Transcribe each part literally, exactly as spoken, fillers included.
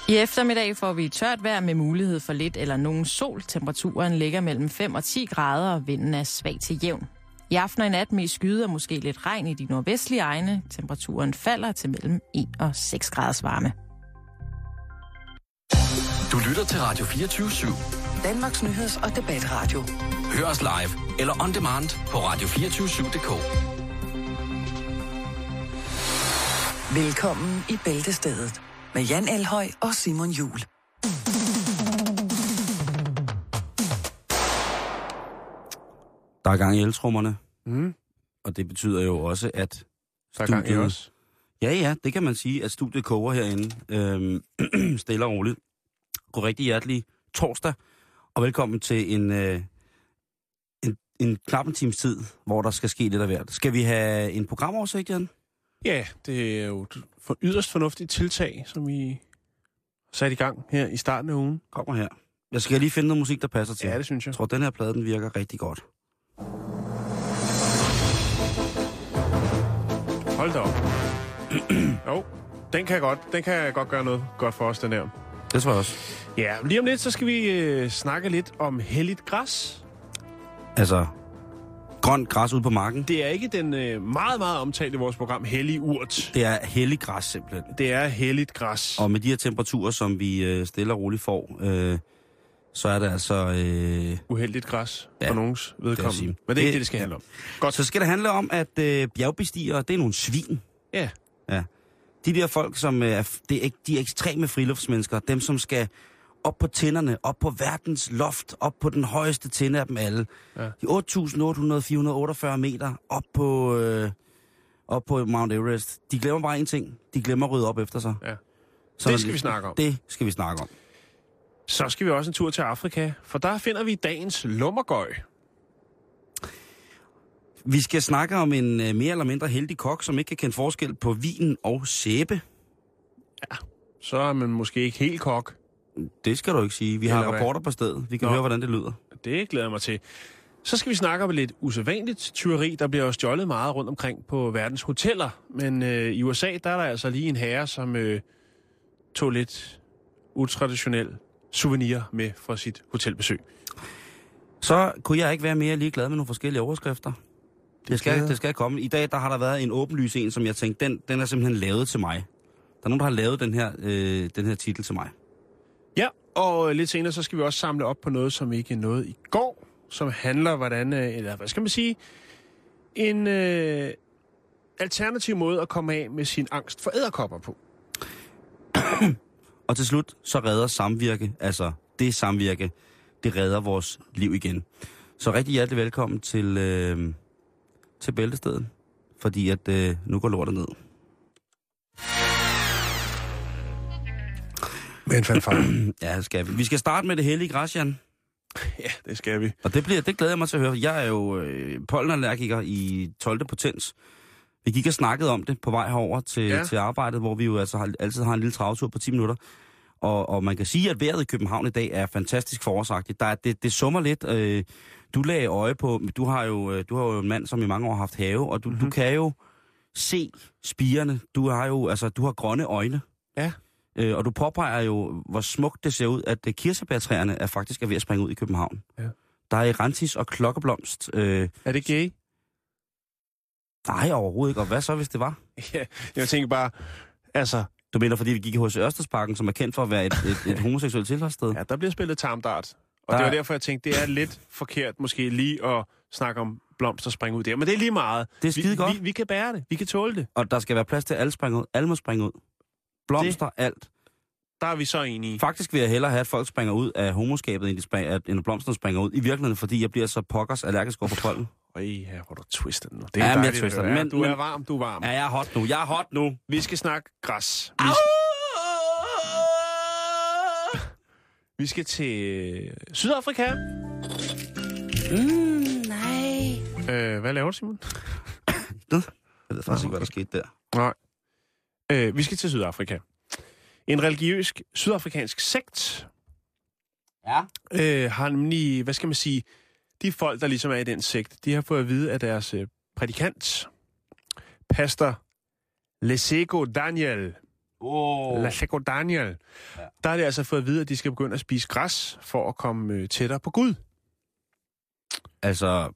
I eftermiddag får vi tørt vejr med mulighed for lidt eller nogen sol. Temperaturen ligger mellem fem og ti grader, og vinden er svag til jævn. I aften og i nat mest skyde og måske lidt regn i de nordvestlige egne. Temperaturen falder til mellem en og seks graders varme. Du lytter til Radio fireogtyve syv. Danmarks nyheds- og debatradio. Hør os live eller on demand på radio to fire syv punktum d k. Velkommen i Bæltestedet med Jan Elhøj og Simon Juhl. Der er gang i eltrummerne, Mm. og det betyder jo også, at Der er gang i os. Ja, ja, det kan man sige, at studiet koger herinde. Øhm, stille og roligt. God rigtig hjertelig torsdag, og velkommen til en, øh, en, en knap en times tid, hvor der skal ske lidt af hvert. Skal vi have en programoversigt, Jan? Ja, det er jo et for yderst fornuftigt tiltag, som vi sat i gang her i starten af ugen. Kommer her. Jeg skal lige finde noget musik, der passer til. Ja, det synes jeg. Jeg tror, den her plade, den virker rigtig godt. Hold da op. Jo, den kan jeg godt, den kan jeg godt gøre noget godt for os, den her. Det tror jeg også. Ja, lige om lidt, så skal vi øh, snakke lidt om helligt græs. Altså, grønt græs ude på marken. Det er ikke den øh, meget, meget omtalte i vores program, hellig urt. Det er hellig græs, simpelthen. Det er helligt græs. Og med de her temperaturer, som vi øh, stille og roligt får, øh, så er det altså... Øh, Uheldigt græs Ja, for nogens vedkommende. sige. Men det er Det- ikke det, det skal handle om. Godt. Så skal det handle om, at øh, bjergbestigere, det er nogle svin. Ja. Ja. De der folk, som øh, er, det er, de er ekstreme friluftsmennesker, dem som skal op på tinderne, op på verdens loft, op på den højeste tinde af dem alle. Ja. De otte tusind otte hundrede fire hundrede otteogfyrre meter op på, øh, op på Mount Everest. De glemmer bare en ting. De glemmer at rydde op efter sig. Ja. Så Det skal vi snakke om. Det skal vi snakke om. Så skal vi også en tur til Afrika, for der finder vi dagens lummergøj. Vi skal snakke om en øh, mere eller mindre heldig kok, som ikke kan kende forskel på vin og sæbe. Så er man måske ikke helt kok. Det skal du ikke sige. Vi Eller har hvad? rapporter på stedet. Vi kan Nå. høre, hvordan det lyder. Det glæder jeg mig til. Så skal vi snakke om lidt usædvanligt tyveri. Der bliver jo stjålet meget rundt omkring på verdens hoteller. Men øh, i U S A, der er der altså lige en herre, som øh, tog lidt utraditionel souvenir med fra sit hotelbesøg. Så kunne jeg ikke være mere ligeglad med nogle forskellige overskrifter. Det skal, glæder. det skal komme. I dag der har der været en åbenlys en, som jeg tænkte, den, den er simpelthen lavet til mig. Der er nogen, der har lavet den her, øh, den her titel til mig. Ja, og øh, lidt senere, så skal vi også samle op på noget, som ikke nåede i går, som handler, hvordan, øh, eller hvad skal man sige, en øh, alternativ måde at komme af med sin angst for edderkopper på. Og til slut, så redder samvirke, altså det samvirke, det redder vores liv igen. Så rigtig hjertelig velkommen til, øh, til Bæltestedet, fordi at øh, nu går lortet ned. Med en fanfare. Ja, det skal vi. Vi skal starte med det hellige græs, Jan. Ja, det skal vi. Og det, bliver, det glæder jeg mig til at høre. Jeg er jo øh, pollenallergiker i tolvte potens. Vi gik og snakkede om det på vej herover til, Ja. ja. til arbejdet, hvor vi jo altså har, altid har en lille travtur på ti minutter. Og, og man kan sige, at vejret i København i dag er fantastisk forårsagtigt. Der er, det, det summer lidt. Øh, du lagde øje på, du har, jo, øh, du har jo en mand, som i mange år har haft have, og du, mm-hmm. du kan jo se spirene. Du har jo altså, du har grønne øjne. Ja. Øh, og du påpeger jo, hvor smukt det ser ud, at øh, kirsebærtræerne er faktisk er ved at springe ud i København. Ja. Der er erantis og klokkeblomst. Øh, Er det gay? nej, overhovedet ikke. Og hvad så, hvis det var? Ja, jeg tænker bare, altså, Du mener, fordi vi gik i H C Ørstedsparken, som er kendt for at være et, et, et homoseksuelt tilholdssted? ja, der bliver spillet tarmdart. Og Der- det var derfor, jeg tænkte, det er lidt forkert måske lige at snakke om blomster springe ud der. Men det er lige meget. Det er skide vi, godt. Vi, vi kan bære det. Vi kan tåle det. Og der skal være plads til, at alle springer ud. Alle må springe ud. Blomster, det. alt. Der er vi så enige. Faktisk vil jeg hellere have, at folk springer ud af homoskabet, end, de spring, at, end at blomsterne springer ud. I virkeligheden, fordi jeg bliver så pokkers allergisk over for pollen. Øj, her hvor du twister den nu. Det Ja, men jeg dejligt at twister høre. den, Ja, men- du er men- varm, du er varm. Ja, jeg er hot nu. Jeg er hot nu. Vi skal snakke græs. Vi, vi skal til øh, Sydafrika. Mm, nej. Øh, hvad laver du, Simon? Jeg ved faktisk ikke, hvad der skete der. Nej. Øh, vi skal til Sydafrika. En religiøs sydafrikansk sekt Ja. øh, har nemlig, hvad skal man sige, de folk, der ligesom er i den sekt, de har fået at vide af deres øh, prædikant, pastor Lesego Daniel. Oh. La Seco Daniel. Ja. Der er det altså fået at vide, at de skal begynde at spise græs for at komme øh, tættere på Gud. Altså...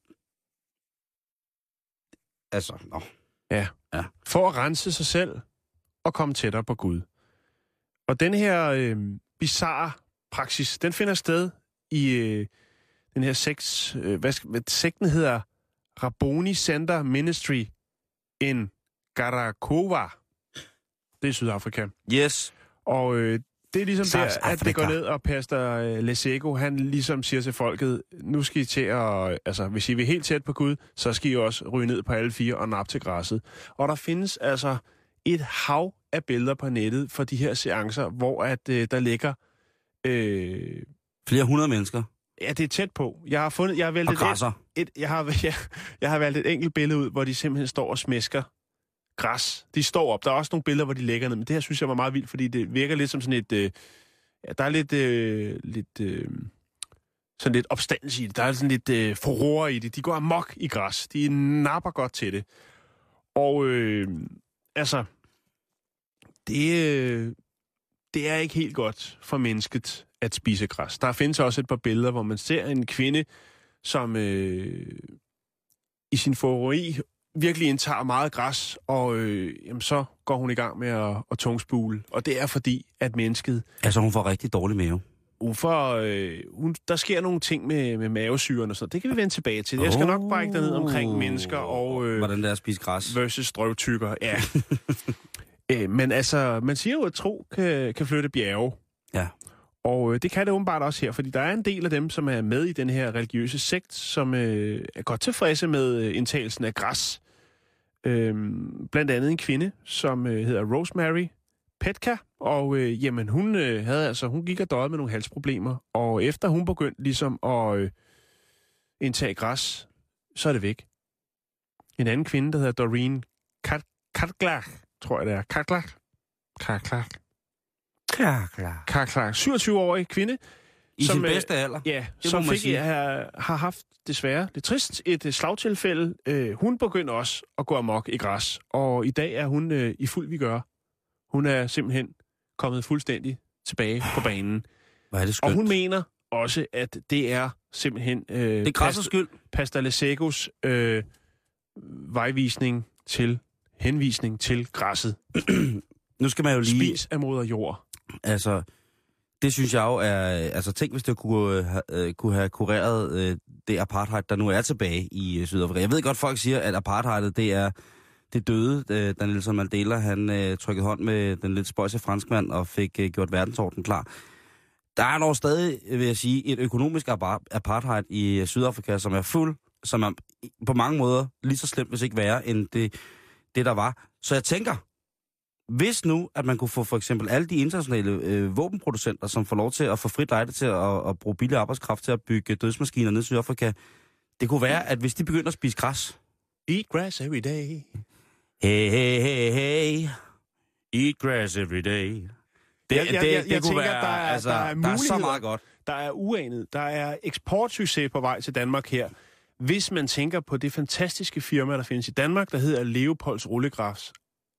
Altså, nå. Ja. ja. For at rense sig selv og komme tættere på Gud. Og den her øh, bizarre praksis, den finder sted i øh, den her sekt, øh, hvad, hvad sekten hedder Rabboni Center Ministry in Garakowa. Det er Sydafrika. Yes. Og øh, det er ligesom South der, at det går ned, og pastor øh, Lesego, han ligesom siger til folket, nu skal I til at, altså hvis I vil helt tæt på Gud, så skal I også ryge ned på alle fire og nappe til græsset. Og der findes altså et hav af billeder på nettet for de her seancer, hvor at øh, der ligger... Øh, Flere hundrede mennesker. Ja, det er tæt på. Jeg har fundet... Jeg har valgt og et, græsser. et, jeg, har, jeg, jeg har valgt et enkelt billede ud, hvor de simpelthen står og smæsker græs. De står op. Der er også nogle billeder, hvor de ligger ned, men det her synes jeg var meget vildt, fordi det virker lidt som sådan et... Øh, ja, der er lidt... Øh, lidt øh, sådan lidt opstandelse i det. Der er sådan lidt øh, furore i det. De går amok i græs. De napper godt til det. Og øh, altså... Det, øh, det er ikke helt godt for mennesket at spise græs. Der findes også et par billeder, hvor man ser en kvinde, som øh, i sin forori virkelig indtager meget græs, og øh, jamen, så går hun i gang med at, at tungspule. Og det er fordi, at mennesket... Altså, hun får rigtig dårlig mave. Hun får, øh, hun, der sker nogle ting med, med mavesyren og sådan. Det kan vi vende tilbage til. Jeg skal nok brække ned omkring mennesker og... Øh, Hvordan der er at spise græs. Versus drøvtykker, ja. øh, men altså, man siger jo, at tro kan, kan flytte bjerge. Ja. Og øh, det kan det åbenbart også her, fordi der er en del af dem, som er med i den her religiøse sekt, som øh, er godt tilfredse med øh, indtagelsen af græs. Øh, blandt andet en kvinde, som øh, hedder Rosemary Petka, og øh, jamen, hun, øh, havde, altså, hun gik og døjede med nogle halsproblemer, og efter hun begyndte ligesom at øh, indtage græs, så er det væk. En anden kvinde, der hedder Doreen Karklak, tror jeg det er. Karklak? Karklak. Karklak. Karklak. syvogtyve-årig kvinde. I som, sin bedste alder. Ja, det som fik, sige. har, har haft desværre det trist et slagtilfælde. Øh, hun begyndte også at gå amok i græs, og i dag er hun øh, i fuld vigør. Hun er simpelthen kommet fuldstændig tilbage på banen. Hvor er det skønt. Og hun mener også, at det er simpelthen... Øh, det er græssets skyld. Pastor Lesegos øh, vejvisning til, henvisning til græsset. Nu skal man jo lige... Spis af moder jord. Altså, det synes jeg jo er... Altså, tænk, hvis det kunne, have, kunne have kureret øh, det apartheid, der nu er tilbage i øh, Sydafrika. Jeg ved godt, folk siger, at apartheidet, det er det døde, øh, da Nelson Mandela, han øh, trykkede hånd med den lidt spøjse franskmand og fik øh, gjort verdensordenen klar. Der er dog stadig, vil jeg sige, et økonomisk apartheid i øh, Sydafrika, som er fuld, som er på mange måder lige så slemt, hvis ikke værre, end det, det der var. Så jeg tænker, hvis nu, at man kunne få for eksempel alle de internationale øh, våbenproducenter, som får lov til at få frit lejde til at, at bruge billig arbejdskraft til at bygge dødsmaskiner ned i Sydafrika, det kunne være, at hvis de begynder at spise græs... Eat grass every day. Hey, hey, hey, hey. Eat grass every day. Det, jeg, jeg, det, jeg, det jeg kunne tænker, være, der er, altså, der er, der er så meget godt. Der er uanet. Der er eksportsucces på vej til Danmark her. Hvis man tænker på det fantastiske firma, der findes i Danmark, der hedder Leopolds Rullegræs.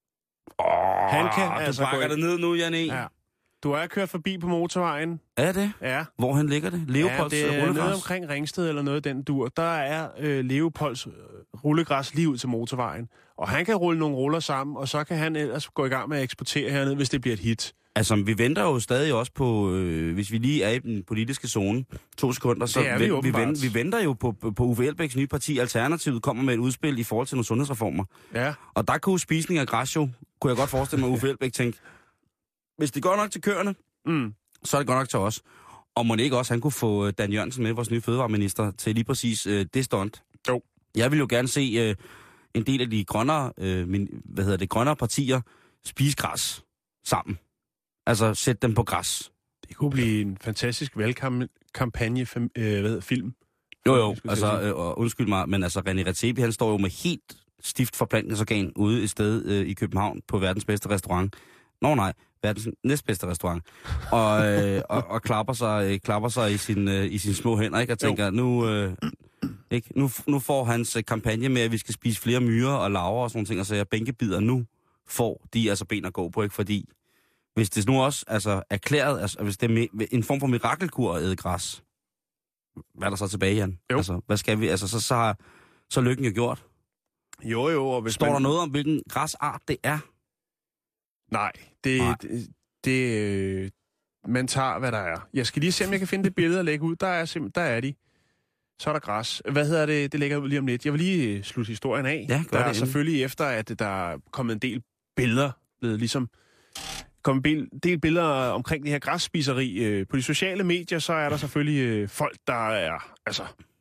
Oh, Han kan du altså bakker gå det ned nu, Jan E. Ja. Du er kørt forbi på motorvejen. Er det? Ja. Hvorhen ligger det? Leopolds ja, det er rullegræs? nede omkring Ringsted eller noget af den dur. Der er øh, Leopolds øh, rullegræs lige ud til motorvejen. Og han kan rulle nogle ruller sammen, og så kan han ellers gå i gang med at eksportere hernede, hvis det bliver et hit. Altså, vi venter jo stadig også på, øh, hvis vi lige er i den politiske zone, to sekunder, så vi, vi, vi, venter, vi venter jo på, på Uffe Elbæks nye parti, Alternativet, kommer med et udspil i forhold til nogle sundhedsreformer. Ja. Og der kunne spisning af græs jo, kunne jeg godt forestille mig, Uffe Elbæk tænkte, hvis det går nok til køerne, mm. så er det godt nok til os. Og må det ikke også, han kunne få Dan Jørgensen med, vores nye fødevareminister, til lige præcis øh, det stunt. Jo. Jeg vil jo gerne se øh, en del af de grønnere, øh, min, hvad hedder det, grønnere partier spise græs sammen. Altså, sæt dem på græs. Det kunne blive en fantastisk valgkampagne, øh, hvad hedder, film. Jo, jo, altså, øh, og undskyld mig, men altså, René Redzepi, han står jo med helt stift forplantningsorgan ude et sted øh, i København på verdens bedste restaurant. Nå nej, verdens næstbedste restaurant. Og, øh, og, og klapper sig, øh, klapper sig i, sin, øh, i sine små hænder, ikke? Og tænker, nu, øh, ikke? Nu, nu får hans øh, kampagne med, at vi skal spise flere myrer og laver og sådan nogle ting, og så jeg bænkebider nu får de altså ben at gå på, ikke? Fordi hvis det nu også altså, erklæret, altså, hvis det er en form for mirakelkur at æde græs, hvad er der så tilbage, Jan? Jo. Altså, hvad skal vi? Altså, så, så har så lykken jo gjort. Jo, jo. Og hvis Står man... der noget om, hvilken græsart det er? Nej, det... Nej. det, det øh, man tager, hvad der er. Jeg skal lige se, om jeg kan finde det billede og lægge ud. Der er, simpel- der er de. Så er der græs. Hvad hedder det? Det lægger jeg ud lige om lidt. Jeg vil lige slutte historien af. Ja, gør der er det selvfølgelig efter, at der er kommet en del billeder, blevet ligesom kommet en del billeder omkring det her græsspiseri. Øh, på de sociale medier, så er der selvfølgelig øh, folk, der er, altså,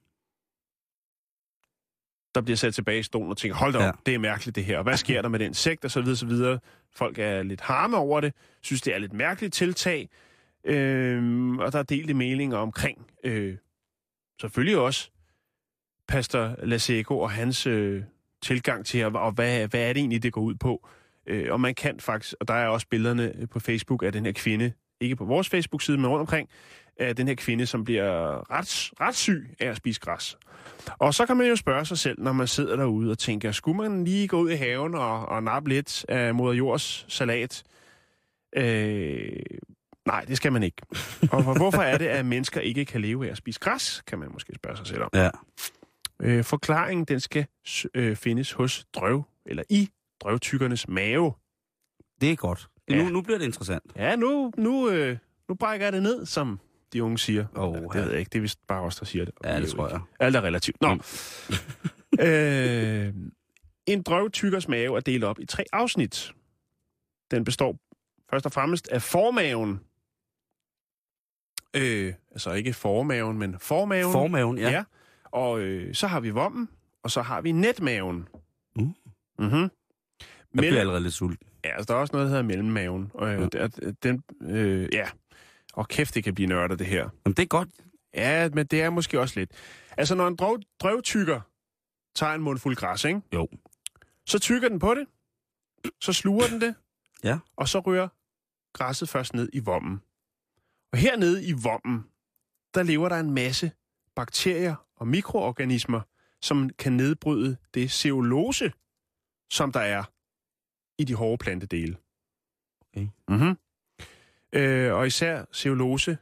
der bliver sat tilbage i stolen og tænker, hold da op, ja. Det er mærkeligt det her. Hvad sker der med den sekt, og så videre, så videre. Folk er lidt harme over det, synes det er lidt mærkeligt tiltag, øh, og der er delte meninger omkring, øh, selvfølgelig også, pastor Lasego og hans øh, tilgang til, og hvad, hvad er det egentlig, det går ud på. Øh, og man kan faktisk, og der er også billederne på Facebook af den her kvinde, ikke på vores Facebook-side, men rundt omkring, af den her kvinde, som bliver ret, ret syg af at spise græs. Og så kan man jo spørge sig selv, når man sidder derude og tænker, skulle man lige gå ud i haven og, og nappe lidt af moder jords salat? Øh, nej, det skal man ikke. Og hvorfor er det, at mennesker ikke kan leve af at spise græs, kan man måske spørge sig selv om. Ja. Øh, forklaringen, den skal øh, findes hos drøv, eller i drøvtykkernes mave. Det er godt. Ja. Nu, nu bliver det interessant. Ja, nu, nu, øh, nu brækker jeg det ned, som de unge siger. Oh, ja, det ved jeg ikke, det er vist bare os, der siger det. Ja, det tror jeg. Alt er relativt. Nå. Mm. øh, en drøvtykkers mave er delt op i tre afsnit. Den består først og fremmest af formaven. Øh, altså ikke formaven, men formaven. Formaven, ja. ja. Og øh, så har vi vommen, og så har vi netmaven. Mm. Mhm. Jeg Mellem... bliver allerede lidt sulten. Ja, altså, der er også noget, der hedder mellemmaven. Og, øh, ja. Den, øh, ja. Og kæft, det kan blive nørdet, det her. Jamen, det er godt. Ja, men det er måske også lidt. Altså, når en drøv, drøvtykker tager en mundfuld græs, ikke? Jo. Så tykker den på det, så sluger den det, Ja. og så rører græsset først ned i vommen. Og hernede i vommen, der lever der en masse bakterier og mikroorganismer, som kan nedbryde det cellulose, som der er i de hårde plantedele. Okay. Mm-hmm. Øh, og især cellulose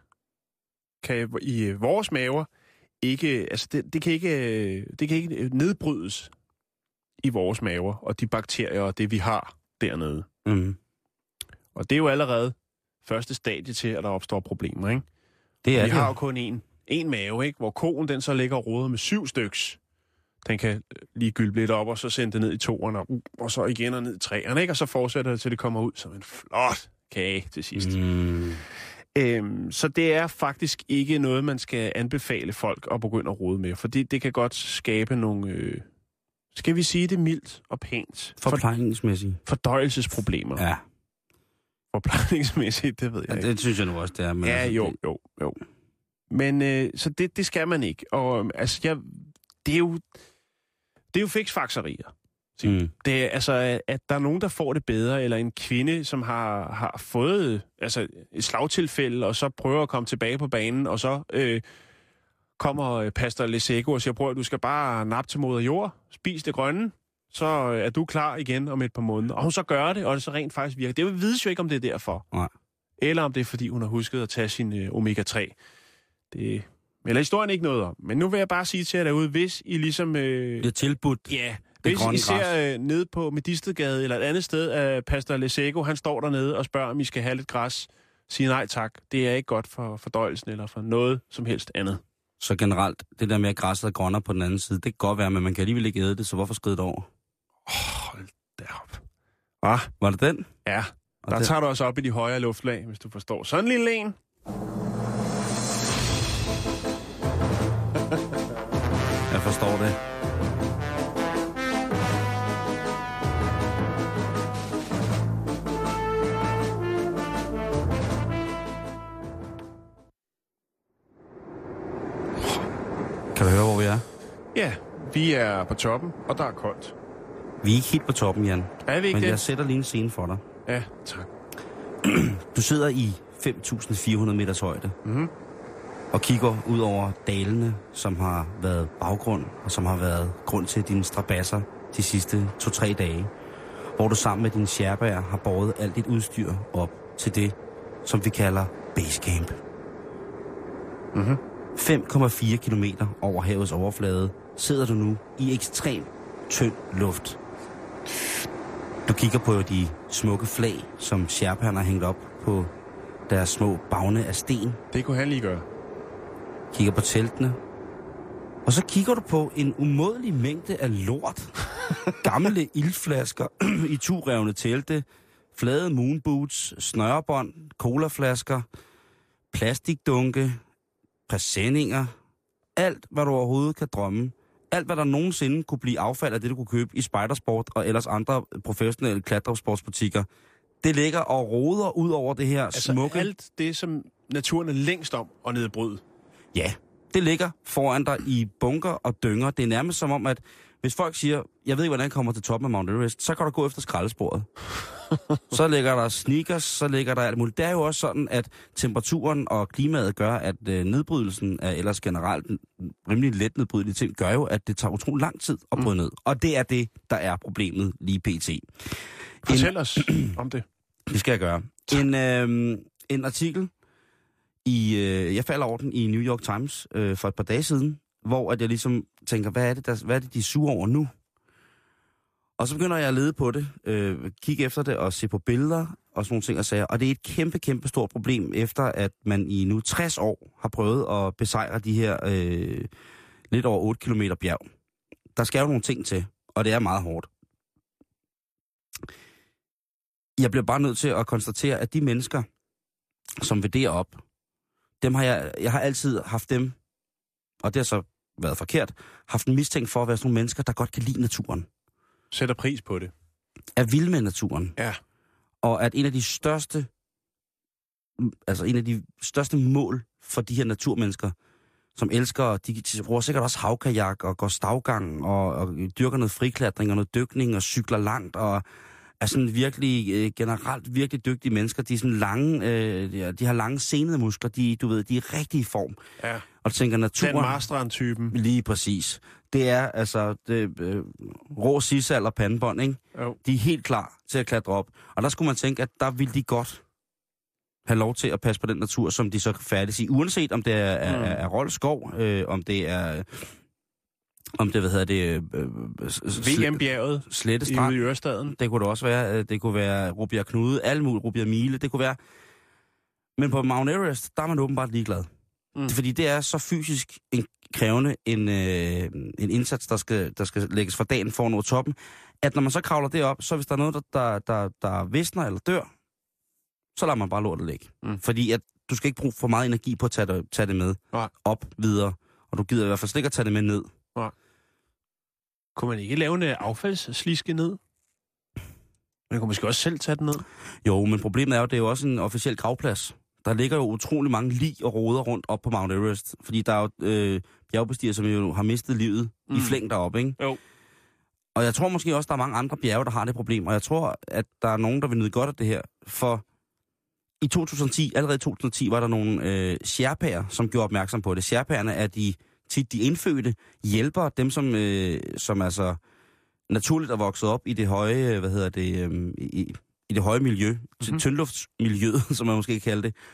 kan i vores maver ikke, altså det, det, kan ikke, det kan ikke nedbrydes i vores maver, og de bakterier og det, vi har dernede. Mm. Og det er jo allerede første stadie til, at der opstår problemer, ikke? Det er vi det. har jo kun en, en mave, ikke? Hvor koen den så ligger og roder med syv styks. Den kan lige gylde lidt op, og så sende det ned i toerne, og, og så igen og ned i træerne, ikke? Og så fortsætter det, til det kommer ud som en flot kage til sidst. Mm. Øhm, så det er faktisk ikke noget, man skal anbefale folk at begynde at rode med, for det, det kan godt skabe nogle, øh, skal vi sige det mildt og pænt, Forplejningsmæssigt. fordøjelsesproblemer. Ja. Forplejningsmæssigt, det ved jeg Ja, ikke. det synes jeg nu også, det er. Men Ja, altså, jo, det... jo, jo. Men øh, så det, det skal man ikke. Og altså, jeg, det er jo, det er jo fiksfakserier. Mm. Det er altså, at der er nogen, der får det bedre, eller en kvinde, som har, har fået altså, et slagtilfælde, og så prøver at komme tilbage på banen, og så øh, kommer pastor Lasego og siger, prøv at du skal bare nappe til moder jord, spis det grønne, så er du klar igen om et par måneder. Og hun så gør det, og det så rent faktisk virker. Det vides jo ikke, om det er derfor. Nej. Eller om det er, fordi hun har husket at tage sin øh, omega tre. Det eller historien ikke noget om. Men nu vil jeg bare sige til jer derude, hvis I ligesom... Øh, Det er tilbudt. Ja, det hvis I ser øh, nede på Medistedgade eller et andet sted, at øh, pastor Lasego, han står dernede og spørger, om I skal have lidt græs. Sig nej tak. Det er ikke godt for fordøjelsen eller for noget som helst andet. Så generelt, det der med, at græsset er grønnere på den anden side, det kan godt være, men man kan alligevel ikke æde det, så hvorfor skride det over? Hold da op. Hva? Var det den? Ja, Og der det... tager du også op i de højere luftlag, hvis du forstår. Sådan en lille en. Jeg forstår det. Kan du høre, hvor vi er? Ja, vi er på toppen, og der er koldt. Vi er ikke helt på toppen, Jan. Er vi ikke Men det? jeg sætter lige en scene for dig. Ja, tak. Du sidder i fem tusind fire hundrede meters højde. Mhm. Og kigger ud over dalene, som har været baggrund, og som har været grund til dine strabasser de sidste to-tre dage. Hvor du sammen med dine sherpaer har båret alt dit udstyr op til det, som vi kalder Basecamp. Mm-hmm. fem komma fire kilometer over havets overflade sidder du nu i ekstrem tynd luft. Du kigger på de smukke flag, som sherpaerne har hængt op på deres små bagne af sten. Det kunne han lige gøre. Kigger på teltene. Og så kigger du på en umådelig mængde af lort. Gamle ildflasker i turevne telte, flade moonboots, snørebånd, colaflasker, plastikdunke, præsendinger. Alt, hvad du overhovedet kan drømme. Alt, hvad der nogensinde kunne blive affald af det, du kunne købe i Spejdersport og ellers andre professionelle klatresportsbutikker. Det ligger og roder ud over det her altså smukke... alt det, som naturen er længst om at nedbryde. Ja, det ligger foran dig i bunker og dynger. Det er nærmest som om, at hvis folk siger, jeg ved ikke, hvordan jeg kommer til toppen af Mount Everest, så kan du gå efter skraldesporet. Så ligger der sneakers, så ligger der alt muligt. Det er jo også sådan, at temperaturen og klimaet gør, at øh, nedbrydelsen af ellers generelt rimelig let nedbrydelige ting, gør jo, at det tager utrolig lang tid at bryde mm. ned. Og det er det, der er problemet lige pt. Fortæl en, os om det. Det skal jeg gøre. En, øh, en artikel, i, øh, jeg falder over den i New York Times øh, for et par dage siden, hvor at jeg ligesom tænker, hvad er det, der, hvad er det de er sure over nu? Og så begynder jeg at lede på det, øh, kigge efter det og se på billeder og sådan nogle ting og sager. Og det er et kæmpe, kæmpe stort problem, efter at man i nu tres år har prøvet at besejre de her øh, lidt over otte kilometer bjerg. Der skal jo nogle ting til, og det er meget hårdt. Jeg bliver bare nødt til at konstatere, at de mennesker, som vil derop, dem har jeg, jeg har altid haft dem, og det har så været forkert, haft en mistænkt for at være sådan nogle mennesker, der godt kan lide naturen. Sætter pris på det. Er vild med naturen. Ja. Og at en af de største, altså en af de største mål for de her naturmennesker, som elsker, de, de bruger sikkert også havkajak og går stavgang og, og dyrker noget friklatring og noget dykning og cykler langt og er sådan virkelig, øh, generelt virkelig dygtige mennesker. De er sådan lange, øh, de har lange senede muskler, de, du ved, de er rigtig i form. Ja. Og du tænker, naturen... Den Marstrand-typen. Lige præcis. Det er altså det, øh, rå sisal og pandebånd, ikke? Jo. De er helt klar til at klatre op. Og der skulle man tænke, at der ville de godt have lov til at passe på den natur, som de så kan færdes i. Uanset om det er, er, mm. er, er Rold Skov, øh, om det er... Om det, hvad hedder det... Øh, V M-bjerget Slette Strand. i Ørestaden. Det kunne det også være. Det kunne være Rubjerg Knude, alle mulige, Rubjerg Mile. Det kunne være... Men på Mount Everest, der er man åbenbart ligeglad. Mm. Fordi det er så fysisk en krævende en, øh, en indsats, der skal, der skal lægges for dagen for at nå toppen, at når man så kravler derop, så hvis der er noget, der, der, der, der visner eller dør, så lader man bare lortet ligge. Mm. Fordi at du skal ikke bruge for meget energi på at tage det, tage det med Nej. op videre. Og du gider i hvert fald slet ikke at tage det med ned. Nej. Kunne man ikke lave en affaldssliske ned? Man kunne måske også selv tage den ned. Jo, men problemet er jo, det er jo også en officiel gravplads. Der ligger jo utrolig mange lig og roder rundt op på Mount Everest. Fordi der er jo øh, bjergbestigere, som jo har mistet livet mm. i flæng deroppe, ikke? Jo. Og jeg tror måske også, der er mange andre bjerge, der har det problem. Og jeg tror, at der er nogen, der vil nyde godt af det her. For i to tusind og ti, allerede i to tusind og ti, var der nogle øh, sherpaer, som gjorde opmærksom på det. Sherpaerne er de, tit de indfødte hjælpere, dem som, øh, som altså naturligt er vokset op i det høje, hvad hedder det, øh, i, i det høje miljø, mm-hmm. tyndluftsmiljøet, som man måske kan kalde det,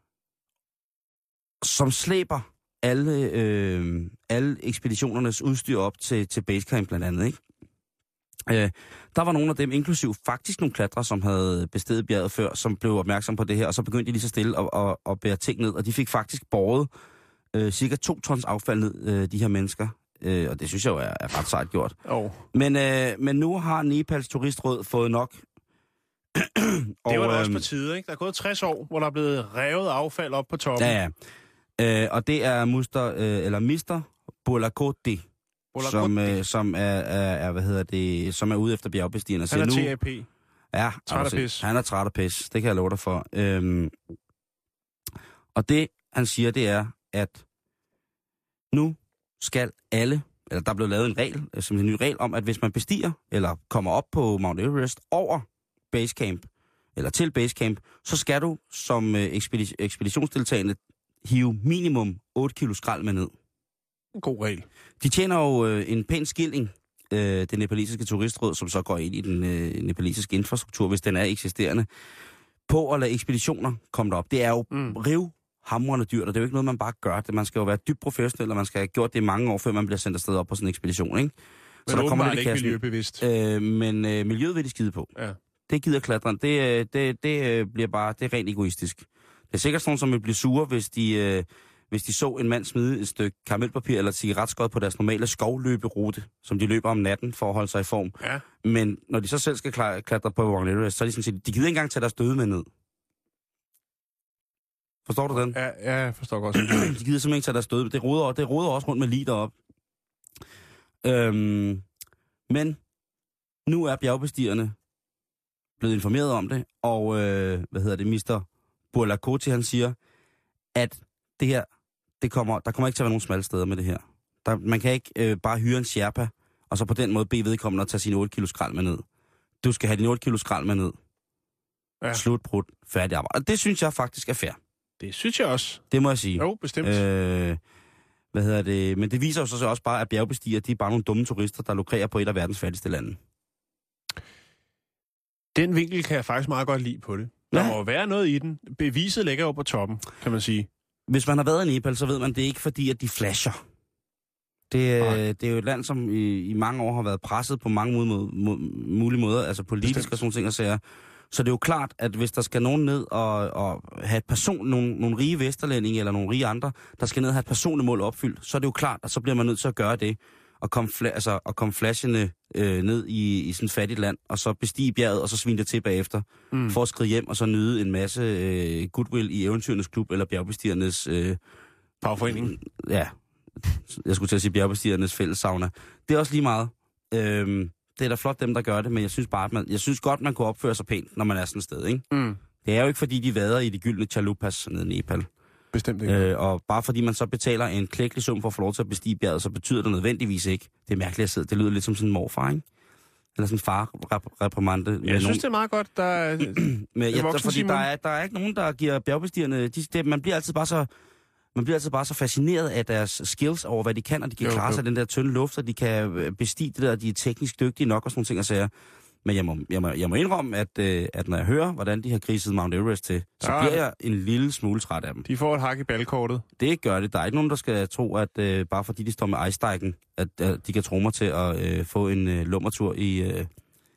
som slæber alle, øh, alle ekspeditionernes udstyr op til, til Basecamp blandt andet, ikke? Øh, der var nogle af dem, inklusiv faktisk nogle klatrere, som havde besteget bjerget før, som blev opmærksom på det her, og så begyndte de lige så stille at, at, at bære ting ned, og de fik faktisk båret øh, cirka to tons affald ned, øh, de her mennesker. Øh, og det synes jeg jo er, er ret sejt gjort. Oh. Men, øh, men nu har Nepals turistråd fået nok. og, det var da også øh, på tide, ikke? Der er gået tres år, hvor der er blevet revet affald op på toppen. Ja, ja. Øh, og det er Muster, øh, eller mister Bolakote, som, øh, som er, er, er, hvad hedder det, som er ude efter bjergbestigerne. Han er nu, T A P. Ja, træt af pis. Han er træt af pis. Det kan jeg love dig for. Øhm, og det, han siger, det er, at nu skal alle, eller der er blevet lavet en regel, som en ny regel om, at hvis man bestiger, eller kommer op på Mount Everest over Basecamp, eller til Basecamp, så skal du som øh, ekspedi- ekspeditionsdeltagende hive minimum otte kilo skrald med ned. En god regel. De tjener jo øh, en pæn skilling, øh, det nepalesiske turistråd, som så går ind i den øh, nepalesiske infrastruktur, hvis den er eksisterende. på at lade ekspeditioner komme derop. Det er jo mm. rivhamrende dyrt, og det er jo ikke noget, man bare gør. Det. Man skal jo være dybt professionel, og man skal have gjort det i mange år, før man bliver sendt afsted op på sådan en ekspedition, ikke? Men der kommer lidt ikke miljøbevidst. Øh, men øh, miljøet vil de skide på. Ja. Det gider klatreren. Det, det, det bliver bare, det er rent egoistisk. Det er sikkert sådan, som vil blive sure, hvis de, øh, hvis de så en mand smide et stykke karamelpapir eller et cigaretskod på deres normale skovløberute, som de løber om natten for at holde sig i form. Ja. Men når de så selv skal klatre på Mount Everest, så er de sådan set, de gider ikke engang tage deres døde med ned. Forstår du den? Ja, ja jeg forstår godt. De gider simpelthen ikke tage deres døde. Det roder, det roder også rundt med lige derop. Øhm, men nu er bjergbestigerne blevet informeret om det, og øh, hvad hedder det, mister Burlakoti, han siger, at det her, det kommer, der kommer ikke til at være nogen smalle steder med det her. Der, man kan ikke øh, bare hyre en sherpa, og så på den måde bede vedkommende at tage sine otte kilo skrald med ned. Du skal have din otte kilo skrald med ned. Ja. Slut, brud, færdig arbejde. Og det synes jeg faktisk er fair. Det synes jeg også. Det må jeg sige. Jo, bestemt. Øh, hvad hedder det? Men det viser jo så også bare, at bjergbestiger, de er bare nogle dumme turister, der lukrerer på et af verdens fattigste lande. Den vinkel kan jeg faktisk meget godt lide på det. Der ja. må være noget i den. Beviset ligger jo på toppen, kan man sige. Hvis man har været i Nepal, så ved man, det er ikke fordi, at de flasher. Det, det er jo et land, som i, i mange år har været presset på mange måde, må, må, mulige måder, altså politisk Bestemt. og sådan ting og sager. Så det er jo klart, at hvis der skal nogen ned og, og have et person, nogle, nogle rige vesterlændinge eller nogle rige andre, der skal ned og have et personligt mål opfyldt, så er det jo klart, at så bliver man nødt til at gøre det. Og komme, fla- altså, og komme flashende øh, ned i, i sådan et fattigt land, og så bestige bjerget, og så svine det til bagefter, mm. for at skride hjem, og så nyde en masse øh, goodwill i Eventyrenes Klub, eller bjergbestigernes... Øh, Fagforening. Ja, jeg skulle til at sige bjergbestigernes fællessauna. Det er også lige meget. Øh, det er da flot dem, der gør det, men jeg synes bare, at man, jeg synes godt, man kunne opføre sig pænt, når man er sådan et sted, ikke? Mm. Det er jo ikke, fordi de vader i de gyldne chalupas nede i Nepal. Bestemt ikke. Øh, og bare fordi man så betaler en klækkelig sum for at få lov til at bestige bjerget, så betyder det nødvendigvis ikke. Det er mærkeligt at sidde. Det lyder lidt som sådan en morfar, ikke? Eller sådan en far-reprimande. Jeg synes, nogen. det er meget godt. Der er, men ja, der, fordi der er, der er ikke nogen, der giver bjergbestigerne... De, det, man bliver altid bare så... Man bliver altid bare så fascineret af deres skills over, hvad de kan, og de kan jo, klare sig den der tynde luft, og de kan bestige det der, og de er teknisk dygtige nok og sådan nogle ting, og sager. Men jeg må, jeg må, jeg må indrømme, at, øh, at når jeg hører, hvordan de har griset Mount Everest til, så ja. bliver jeg en lille smule træt af dem. De får et hak i balkortet. Det gør det. Der er ikke nogen, der skal tro, at øh, bare fordi de står med ice-stiken, at, at de kan tro mig til at øh, få en øh, lummertur i, øh,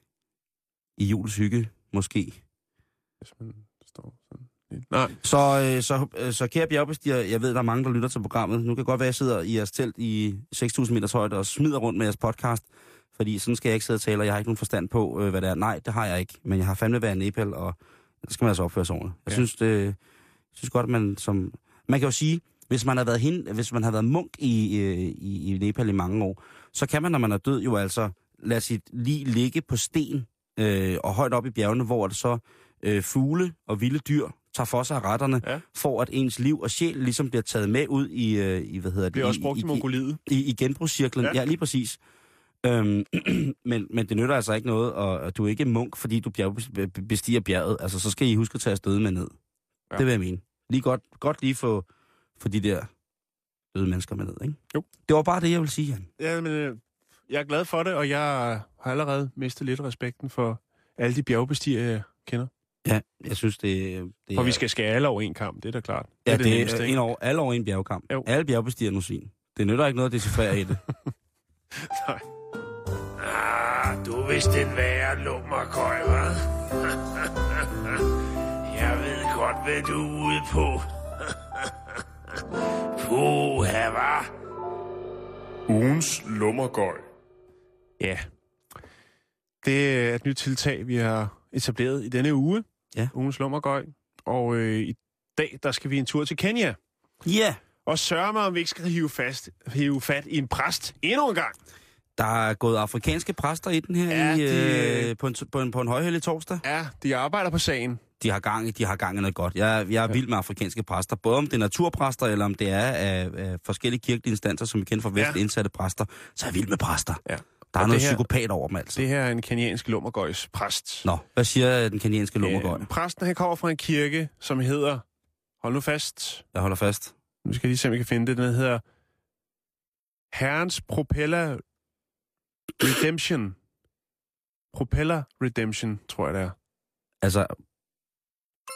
i Jules hygge, måske. Hvis man står sådan. Nej. Så, øh, så, øh, så kære bjergbestiger, jeg ved, der er mange, der lytter til programmet. Nu kan godt være, at jeg sidder i jeres telt i seks tusind meters højde og smider rundt med jeres podcast. Fordi sådan skal jeg ikke sidde og tale, og jeg har ikke nogen forstand på, øh, hvad det er. Nej, det har jeg ikke. Men jeg har fandme været i Nepal, og der skal man altså opføre sig ordentligt. Jeg ja. synes, det, jeg synes godt, at man som... Man kan jo sige, hvis man har været, hen, hvis man har været munk i, i, i Nepal i mange år, så kan man, når man er død, jo altså lade sit lig ligge på sten øh, og højt op i bjergene, hvor det så øh, fugle og vilde dyr tager for sig af retterne, ja. for at ens liv og sjæl ligesom bliver taget med ud i, øh, i hvad hedder det? Det er også brugt i, i Mongoliet. I, i, i genbrugscirklen, ja. ja, lige præcis. Øhm, men, men det nytter altså ikke noget, og, og du er ikke munk, fordi du bjerg, bestiger bjerget. Altså, så skal I huske at tage afsted med ned. Ja. Det vil jeg mene. Lige godt, godt lige få, få de der døde mennesker med ned, ikke? Jo. Det var bare det, jeg ville sige, Jan. Ja, men øh, jeg er glad for det, og jeg har allerede mistet lidt respekten for alle de bjergbestiger, jeg kender. Ja, jeg synes, det, det For er... vi skal skære alle over en kamp, det er da klart. Det ja, er det, det er nemmeste, en over, alle over en bjergkamp. Jo. Alle bjergbestiger nu svin. Det nytter ikke noget at decifrere i det. Nej. Ah, du er vist en værre lummerkøj, hva'? Jeg ved godt, hvad du er ude på. Puha, hva'? Ugens lummerkøj. Ja. Det er et nyt tiltag, vi har etableret i denne uge. Ja. Ugens lummerkøj. Og øh, i dag, der skal vi en tur til Kenya. Ja. Yeah. Og sørge mig, om vi ikke skal hive, fast, hive fat i en præst endnu en gang. Der er gået afrikanske præster i den her ja, i, de, øh, på, en, på, en, på en højhellig torsdag. Ja, de arbejder på sagen. De har gang, de har gang i noget godt. Jeg, jeg er ja. vild med afrikanske præster. Både om det er naturpræster, eller om det er af, af forskellige kirkelige instanser, som vi kender fra vestlige ja. indsatte præster, så er jeg vild med præster. Ja. Der er og noget her, psykopat over dem, altså. Det her er en kenyansk lummergøjs præst. Nå, hvad siger den kenyanske lummergøj? Ja, præsten, han kommer fra en kirke, som hedder... Hold nu fast. Jeg holder fast. Nu skal jeg lige se, om jeg kan finde det. Den hedder Herrens Propeller Redemption. Propeller Redemption, tror jeg det er. Altså,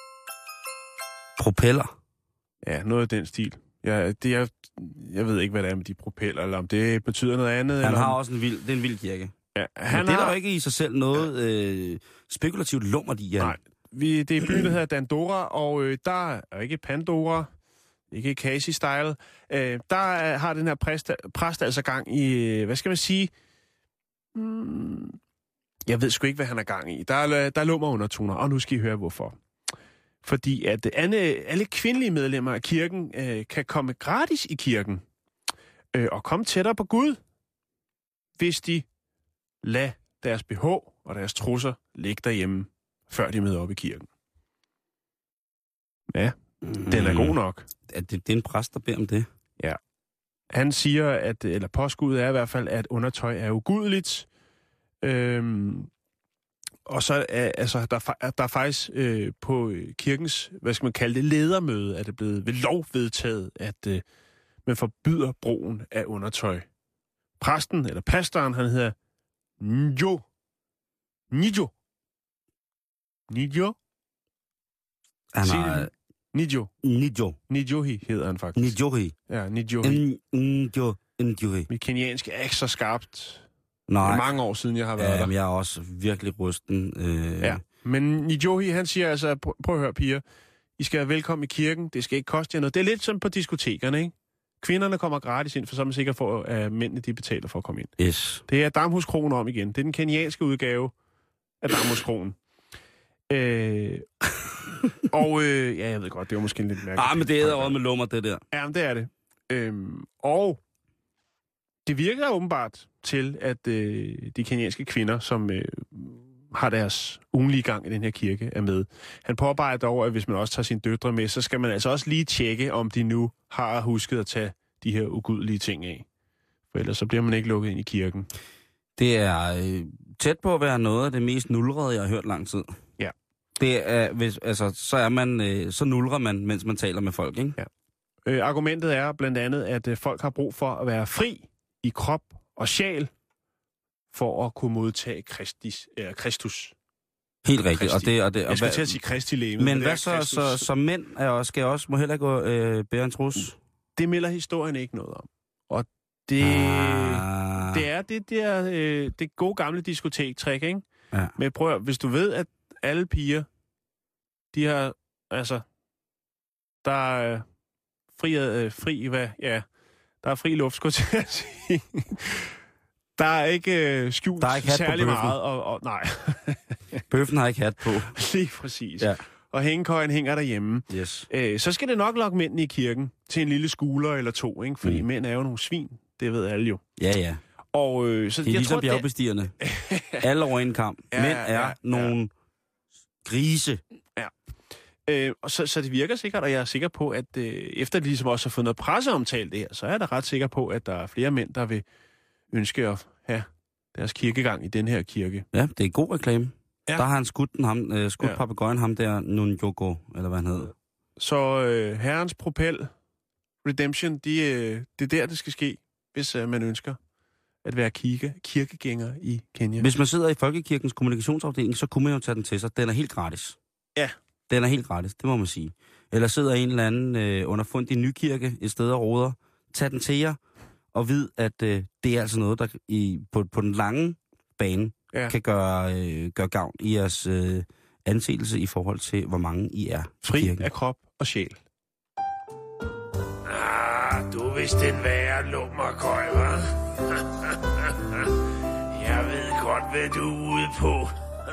Propeller? Ja, noget af den stil. Jeg, det er, jeg ved ikke, hvad det er med de propeller, eller om det betyder noget andet. Han eller har om... også en vild, det er en vild kirke. Ja, han Men det er har... der jo ikke i sig selv noget øh, spekulativt lummer i. Nej, vi, det er byen, der hedder Dandora, og øh, der er ikke Pandora, ikke Casey-style. Øh, der er, har den her præst, præst altså gang i, hvad skal man sige... Hmm, jeg ved sgu ikke, hvad han er gang i. Der er, der er lummer undertoner, og nu skal I høre, hvorfor. Fordi at alle, alle kvindelige medlemmer af kirken øh, kan komme gratis i kirken øh, og komme tættere på Gud, hvis de lader deres B H og deres trusser ligge derhjemme, før de møder op i kirken. Ja, mm. den er god nok. Er det, det er en præst, der beder om det? Ja. Han siger, at, eller påskuddet er i hvert fald, at undertøj er ugudeligt. Øhm, og så er altså, der, der er faktisk øh, på kirkens, hvad skal man kalde det, ledermøde, er det blevet ved lov vedtaget, at øh, man forbyder brugen af undertøj. Præsten, eller pastoren, han hedder Njo. Njo. Njo? Han har... Nijo. Nijo. Nijohi hedder han faktisk. Nijohi. Ja, Nijohi. Nijo. Nijohi. Mit kenyanske er ikke så skarpt. Nej. Det er mange år siden, jeg har været ja, der. Ja, jeg er også virkelig rysten. Øh... Ja, men Nijohi, han siger altså, prøv, prøv at høre, piger, I skal være velkommen i kirken, det skal ikke koste jer noget. Det er lidt som på diskotekerne, ikke? Kvinderne kommer gratis ind, for så er man sikker for, at mændene de betaler for at komme ind. Yes. Det er Damhuskronen om igen. Det er den kenyanske udgave af Damhuskronen. øh... og øh, ja, jeg ved godt, det var måske en lidt mærkeligt. Ah, men det er også med lummer, det der. Ja, men det er det. Øhm, og det virker åbenbart til, at øh, de kenyanske kvinder, som øh, har deres ugenlige gang i den her kirke, er med. Han påpeger dog, at hvis man også tager sine døtre med, så skal man altså også lige tjekke, om de nu har husket at tage de her ugudelige ting af. For ellers så bliver man ikke lukket ind i kirken. Det er øh, tæt på at være noget af det mest nulrede, jeg har hørt lang tid. Ja. Det er, hvis, altså, så er man, øh, så nulrer man, mens man taler med folk, ikke? Ja. Øh, argumentet er blandt andet, at øh, folk har brug for at være fri i krop og sjæl, for at kunne modtage Christis, øh, Kristus. Helt rigtigt. Og det, og det, og jeg skal hvad, til at sige Kristi legeme. Men hvad så, så, så mænd er også, skal også, må heller gå øh, bære en trus? Det melder historien ikke noget om. Og det, ah. det er det der øh, det gode gamle diskotektræk, ikke? Ja. Men prøv at, hvis du ved, at alle piger, de har, altså, der er fri, øh, fri hvad, ja, der er fri luft, skulle jeg sige. Der er ikke øh, skjult der er ikke særlig meget, og, og nej. Bøffen har ikke hat på. Lige præcis. Ja. Og hængekøjen hænger derhjemme. Yes. Æ, så skal det nok lokke mændene i kirken til en lille skuler eller to, ikke? Fordi mm. mænd er jo nogle svin, det ved alle jo. Ja, ja. Og, øh, så det er jeg ligesom tror, bjergbestigerne. Alle over en kamp. Ja, Mænd er ja, nogle ja. grise. Ja. Øh, og så, så det virker sikkert, og jeg er sikker på, at øh, efter de ligesom også har fået noget presseomtale det her, så er jeg da ret sikker på, at der er flere mænd, der vil ønske at have deres kirkegang i den her kirke. Ja, det er god reklame. Ja. Der har han skudt, den, ham, øh, skudt ja. papegøjen ham der, Nunjoko, eller hvad han hedder. Så øh, herrens propel, Redemption, de, øh, det er der, det skal ske, hvis øh, man ønsker at være kirke, kirkegænger i Kenya. Hvis man sidder i Folkekirkens kommunikationsafdeling, så kunne man jo tage den til sig. Den er helt gratis. Ja. Den er helt gratis, det må man sige. Eller sidder en eller anden øh, underfundig nykirke et sted og roder. Tag den til jer, og vid, at øh, det er altså noget, der i, på, på den lange bane ja. kan gøre, øh, gøre gavn i jeres øh, anseelse i forhold til, hvor mange I er. Fri kirken. af krop og sjæl. Ah, du er vist den værre lummerkøj, hva'? Jeg ved godt, hvad du er ude på.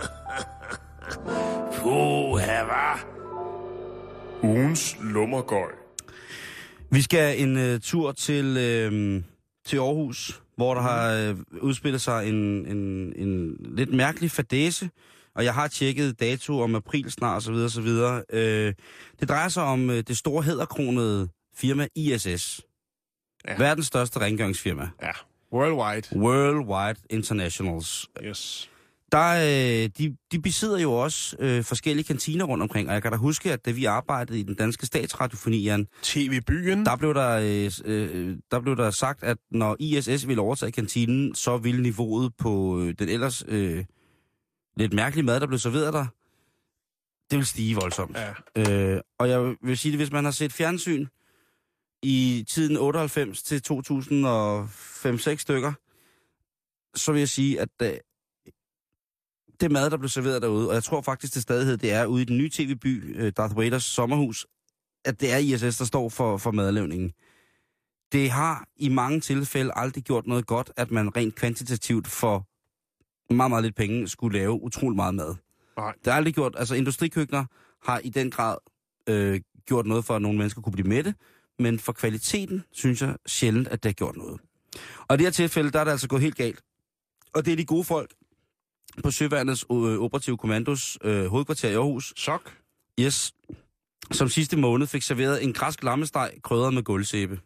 Puha, hva'? Ugens lummerkøj. Vi skal en uh, tur til, uh, til Aarhus, hvor der har uh, udspillet sig en, en, en lidt mærkelig fadæse, og jeg har tjekket dato om april snart osv. osv. Uh, det drejer sig om uh, det store hæderkronede firma I S S. Ja. Verdens største rengøringsfirma. Ja, worldwide. Worldwide Internationals. Yes. Der, øh, de, de besidder jo også øh, forskellige kantiner rundt omkring, og jeg kan da huske, at da vi arbejdede i den danske statsradiofoni, Jan, T V-byen, der blev der, øh, øh, der blev der sagt, at når I S S ville overtage kantinen, så ville niveauet på øh, den ellers øh, lidt mærkelige mad, der blev serveret der, Det vil stige voldsomt. Ja. Øh, og jeg vil sige det, hvis man har set fjernsyn i tiden otteoghalvfems til to tusind og fem seks stykker, så vil jeg sige, at øh, det mad, der blev serveret derude, og jeg tror faktisk til stadighed, det er ude i den nye tv-by, øh, Darth Vaders sommerhus, at det er I S S, der står for, for madlavningen. Det har i mange tilfælde aldrig gjort noget godt, at man rent kvantitativt for meget, meget lidt penge skulle lave utrolig meget mad. Nej. Det har aldrig gjort, altså industrikøkkener har i den grad øh, gjort noget for, at nogle mennesker kunne blive mætte, men for kvaliteten synes jeg sjældent, at det har gjort noget. Og i det her tilfælde, der er det altså gået helt galt. Og det er de gode folk på Søværnets øh, operative kommandos øh, hovedkvarter i Aarhus. Sok? Yes. Som sidste måned fik serveret en græsk lammesteg krydret med gulvsæbe.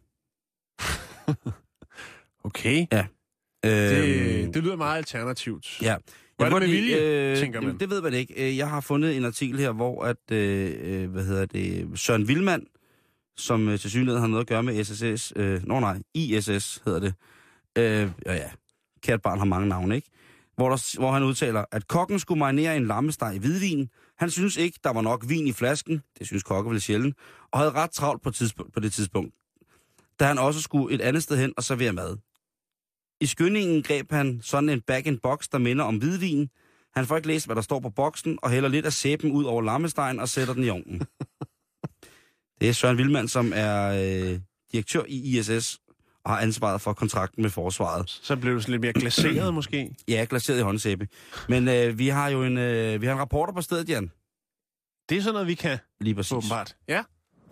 Okay. Ja. Det, det lyder meget alternativt. Ja. Var det med vilje, øh, tænker man? Det ved man ikke. Jeg har fundet en artikel her, hvor at, øh, hvad hedder det, Søren Vilmand, som øh, til synligheden har noget at gøre med S S S, øh, nå nej, I S S hedder det. Øh, ja, ja. Kært barn har mange navne, ikke? Hvor, der, hvor han udtaler, at kokken skulle marinere en lammesteg i hvidvin. Han synes ikke, der var nok vin i flasken. Det synes kokken vel sjældent. Og havde ret travlt på, tidspunkt, på det tidspunkt. Da han også skulle et andet sted hen og servere mad. I skyndingen greb han sådan en bag-in-box, der minder om hvidvin. Han får ikke læst, hvad der står på boksen, og hælder lidt af sæben ud over lammestegen og sætter den i ovnen. Det er Søren Vilmand, som er øh, direktør i I S S og har ansvaret for kontrakten med forsvaret. Så blev du sådan lidt mere glaseret måske? Ja, glaseret i håndsæbe. Men øh, vi har jo en, øh, vi har en rapporter på stedet, Jan. Det er sådan noget, vi kan. Lige præcis. Åbenbart. Ja.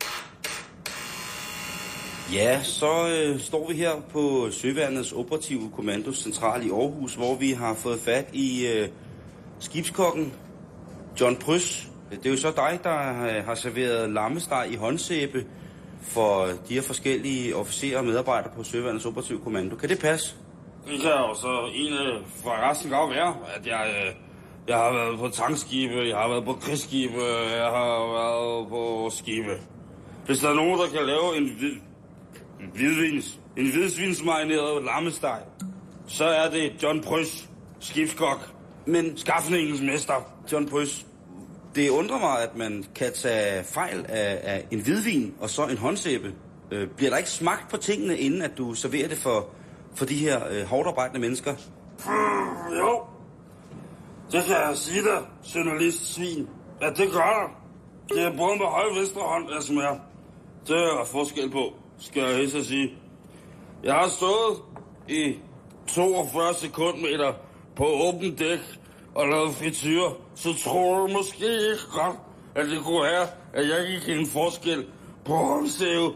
Ja, så øh, står vi her på Søværnets operative kommandocentral i Aarhus, hvor vi har fået fat i øh, skibskokken John Prys. Det er jo så dig, der øh, har serveret lammesteg i håndsæbe for de her forskellige officerer og medarbejdere på Søværnets operative kommando. Kan det passe? Det kan jo så en for resten godt være, at jeg, øh, jeg har været på tankskibe, jeg har været på krigsskibe, jeg har været på skibe. Hvis der er nogen, der kan lave en hvid, hvidvins, en hvidsvinsmarineret lammesteg, så er det John Prys, skibskok, men skafningens mester. John Prys, det undrer mig, at man kan tage fejl af, af en hvidvin og så en håndsæbe. Øh, bliver der ikke smagt på tingene, inden at du serverer det for, for de her øh, hårdarbejdende mennesker? Hmm, jo, det kan jeg sige dig, journalist-svin. Ja, det gør der. Det er både med høj venstre hånd, jeg smager. Det er der forskel på, skal jeg helst at sige. Jeg har stået i toogfyrre sekundmeter på åbent dæk og lavet frityre, så tror du måske ikke godt, at det kunne være, at jeg gik en forskel på håndsæve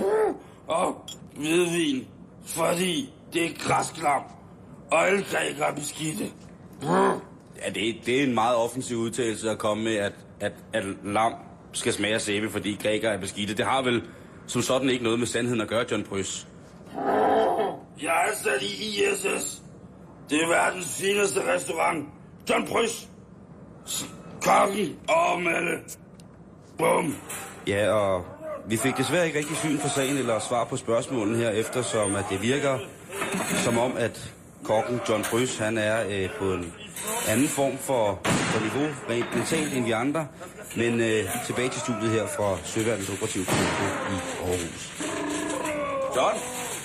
og hvidvin, fordi det er græsklam, og alle grækere er beskidte. Ja, det, det er en meget offensiv udtalelse at komme med, at, at, at lam skal smage af sæbe, fordi grækere er beskidte. Det har vel som sådan ikke noget med sandheden at gøre, John Prys. Jeg er sat i I S S. Det er verdens fineste restaurant. John Prys. Kokken og Mette. Bum. Ja, og vi fik desværre ikke rigtig syn for sagen eller svar på spørgsmålene her, eftersom at det virker som om, at kokken John Prys, han er øh, på en anden form for, for niveau, rent mentalt end vi andre. Men øh, tilbage til studiet her fra Søværnets operative kommando i Aarhus. John?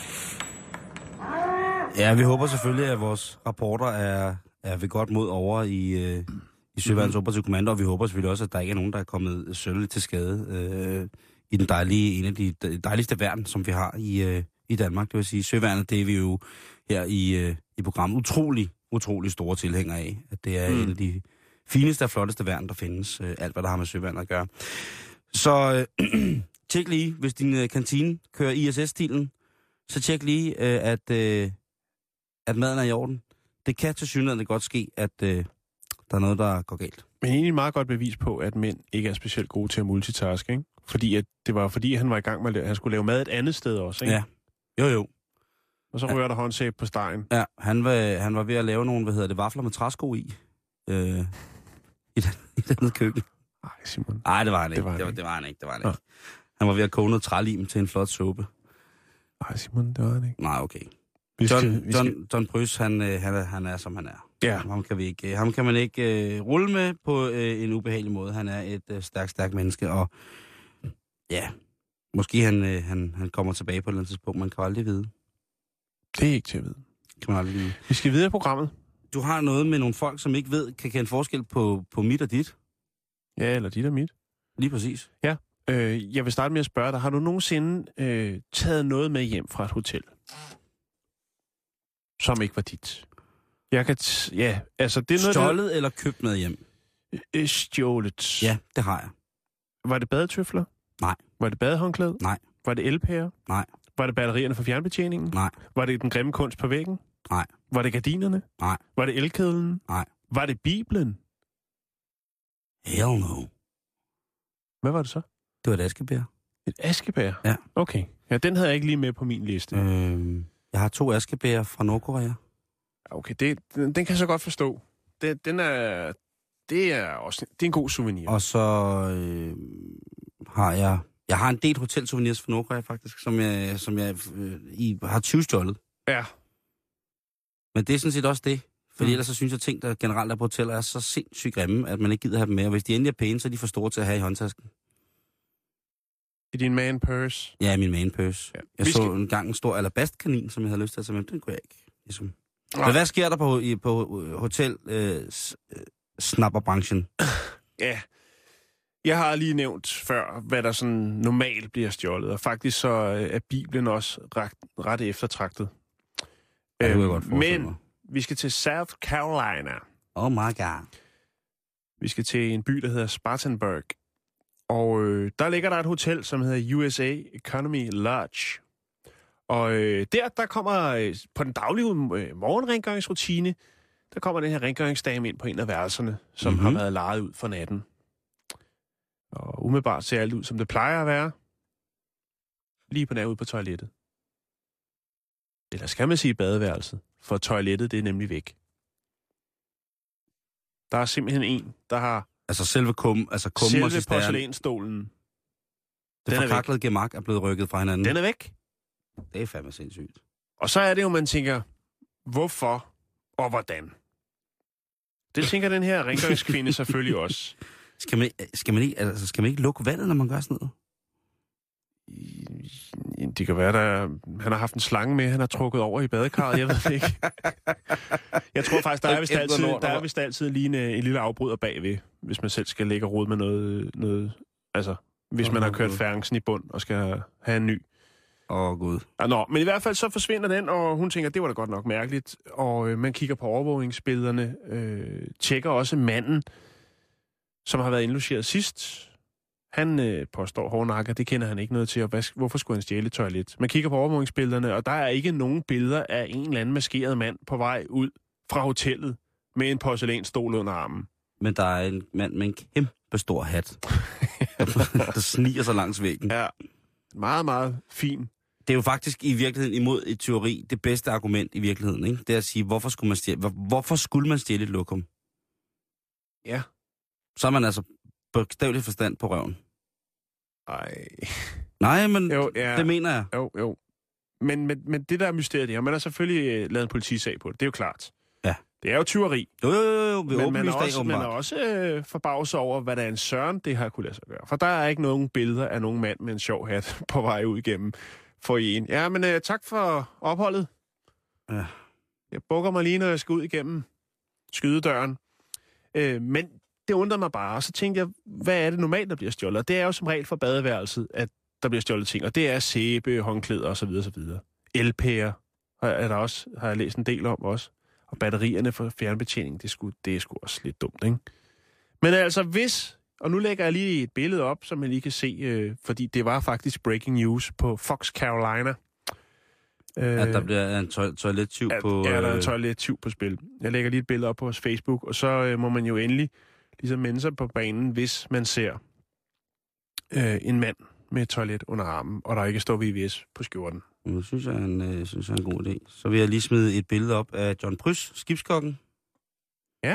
Ja, vi håber selvfølgelig, at vores rapporter er, er ved godt mod over i, øh, i Søværnets mm-hmm. operative kommando, og vi håber selvfølgelig også, at der ikke er nogen, der er kommet sølvligt til skade øh, i den dejlige, en af de dejligste værn, som vi har i, øh, i Danmark. Det vil sige, Søværnet, det er vi jo her i, øh, i programmet utrolig, utrolig store tilhængere af. At det er mm. en af de fineste og flotteste værn, der findes. Øh, alt, hvad der har med Søværnet at gøre. Så øh, tjek lige, hvis din øh, kantine kører I S S-stilen, så tjek lige, øh, at, øh, at maden er i orden. Det kan til synligheden godt ske, at øh, der er noget, der går galt. Men egentlig et meget godt bevis på, at mænd ikke er specielt gode til at multitaske, ikke? Fordi at det var fordi, han var i gang med at han skulle lave mad et andet sted også, ikke? Ja. Jo, jo. Og så rører ja. der håndsæbe på stegen. Ja, han var, han var ved at lave nogle, hvad hedder det, vafler med træsko i. Øh, I den, i den andet køkken. Nej, Simon. Nej, det var han ikke. Det var han, det var, ikke. Det var han ikke. Det var han ikke. Han var ved at koge noget trælim til en flot suppe. Nej, Simon, det var han ikke. Nej, okay. Vi skal, John, vi skal... John, John Pryds, han, øh, han, er, han er, som han er. Ja. Ham kan, vi ikke, ham kan man ikke øh, rulle med på øh, en ubehagelig måde. Han er et øh, stærkt, stærkt menneske, og ja, måske han, øh, han, han kommer tilbage på et eller andet tidspunkt. Man kan aldrig vide. Det er ikke til at vide. Kan man aldrig vide. Vi skal videre i programmet. Du har noget med nogle folk, som ikke ved, kan kende forskel på, på mit og dit. Ja, eller dit og mit. Lige præcis. Ja. Øh, jeg vil starte med at spørge dig, har du nogensinde øh, taget noget med hjem fra et hotel, som ikke var dit? Jeg kan t- ja, altså det er noget... Stjålet der... eller købt med hjem? Øh, stjålet. Ja, det har jeg. Var det badetøfler? Nej. Var det badehåndklæde? Nej. Var det elpærer? Nej. Var det batterierne for fjernbetjeningen? Nej. Var det den grimme kunst på væggen? Nej. Var det gardinerne? Nej. Var det elkedlen? Nej. Var det Bibelen? Hell no. Hvad var det så? Det var et askebær. Et askebær? Ja. Okay. Ja, den havde jeg ikke lige med på min liste. Øh, jeg har to askebærer fra Nordkorea. Okay, det, den, den kan jeg så godt forstå. Det, den er, det er også det er en god souvenir. Og så øh, har jeg... Jeg har en del hotelsouvenirs fra Nordkorea, faktisk, som jeg, som jeg øh, i, har tyvstjålet. Ja. Men det er sådan set også det. Fordi Mm. ellers så synes jeg, at ting, der generelt er på hoteller, er så sindssygt grimme, at man ikke gider have dem med. Og hvis de endelig er pæne, så er de for store til at have i håndtasken. I din man purse? Ja, min main purse. Ja. Jeg Vi så skal- en gang en stor alabastkanin, som jeg havde lyst til at tage med. Den kunne jeg ikke. Ligesom. Nej. Men hvad sker der på, i, på hotel øh, s- øh, snapperbranchen? Ja. Jeg har lige nævnt før, hvad der sådan normalt bliver stjålet. Og faktisk så øh, er Bibelen også ret, ret eftertragtet. Ja, det kunne jeg Øhm, godt forestille Men mig. vi skal til South Carolina. Oh my god. Vi skal til en by, der hedder Spartanburg. Og øh, der ligger der et hotel, som hedder U S A Economy Lodge. Og øh, der, der kommer øh, på den daglige øh, morgenrengøringsrutine, der kommer den her rengøringsdame ind på en af værelserne, som mm-hmm. har været lejet ud for natten. Og umiddelbart ser alt ud, som det plejer at være. Lige på nær ude på toilettet. Eller skal man sige badeværelset? For toilettet, det er nemlig væk. Der er simpelthen en, der har Altså selve kum, altså kummen og selve cistern, porcelænsstolen. det den er forkaklede gemak er blevet rykket fra hinanden. Den er væk. Det er fandme sindssygt. Og så er det jo, man tænker, hvorfor og hvordan? Det tænker den her rengøringskvinde selvfølgelig også. Skal man, skal, man ikke, altså, skal man ikke lukke vandet, når man gør sådan noget? Det kan være, der han har haft en slange med, han har trukket over i badekarret, jeg ved det ikke. Jeg tror faktisk, der er vist altid, der er vist altid lige en, en lille afbryder bagved, hvis man selv skal lægge og rode med noget, noget altså, hvis man har kørt færgen i bund og skal have en ny. Åh, oh, gud. Ja, nå, men i hvert fald så forsvinder den, og hun tænker, det var da godt nok mærkeligt. Og øh, man kigger på overvågningsbillederne, øh, tjekker også manden, som har været indlogeret sidst. Han øh, påstår hårdnakker, det kender han ikke noget til, og hvad, hvorfor skulle han stjæle et toilet? Man kigger på overvågningsbillederne, og der er ikke nogen billeder af en eller anden maskeret mand på vej ud fra hotellet med en porcelænsstol under armen. Men der er en mand med en kæmpe stor hat, der sniger sig langs væggen. Ja, meget, meget fin. Det er jo faktisk i virkeligheden imod et tyveri det bedste argument i virkeligheden, ikke? Det er at sige, hvorfor skulle man stjæle, hvor, hvorfor skulle man stjæle et lokum? Ja. Så er man altså bogstaveligt forstand på røven. Ej. Nej, men Jo, ja. det mener jeg. Jo, jo. Men, men, men det der er mysteriet, og man har selvfølgelig øh, lavet en politisag på det, det er jo klart. Ja. Det er jo tyveri. Jo, jo, jo, jo. Vi Men man er dag, også, man er åbenbart. også øh, forbavset over, hvad der er en søren, det har kunne lade sig gøre. For der er ikke nogen billeder af nogen mand med en sjov hat på vej ud igennem for en. Ja, men øh, tak for opholdet. Ja. Jeg bukker mig lige, når jeg skal ud igennem skydedøren. Øh, men det undrer mig bare, og så tænkte jeg, hvad er det normalt, der bliver stjålet? Og det er jo som regel for badeværelset, at der bliver stjålet ting, og det er sæbe, håndklæder osv. osv. Elpærer er der også, har jeg læst en del om også. Og batterierne for fjernbetjening, det, skulle, det er sgu også lidt dumt, ikke? Men altså, hvis... Og nu lægger jeg lige et billede op, som man lige kan se, øh, fordi det var faktisk breaking news på Fox Carolina. At der bliver en to- toilettyv at, på... Ja, der er en øh, toilettyv på spil. Jeg lægger lige et billede op på vores Facebook, og så øh, må man jo endelig ligesom minde sig på banen, hvis man ser øh, en mand med et toilet under armen, og der ikke står V V S på skjorten. Nu synes jeg, han, øh, synes jeg er en god idé. Så vil jeg lige smide et billede op af John Pryds, skibskokken. Ja.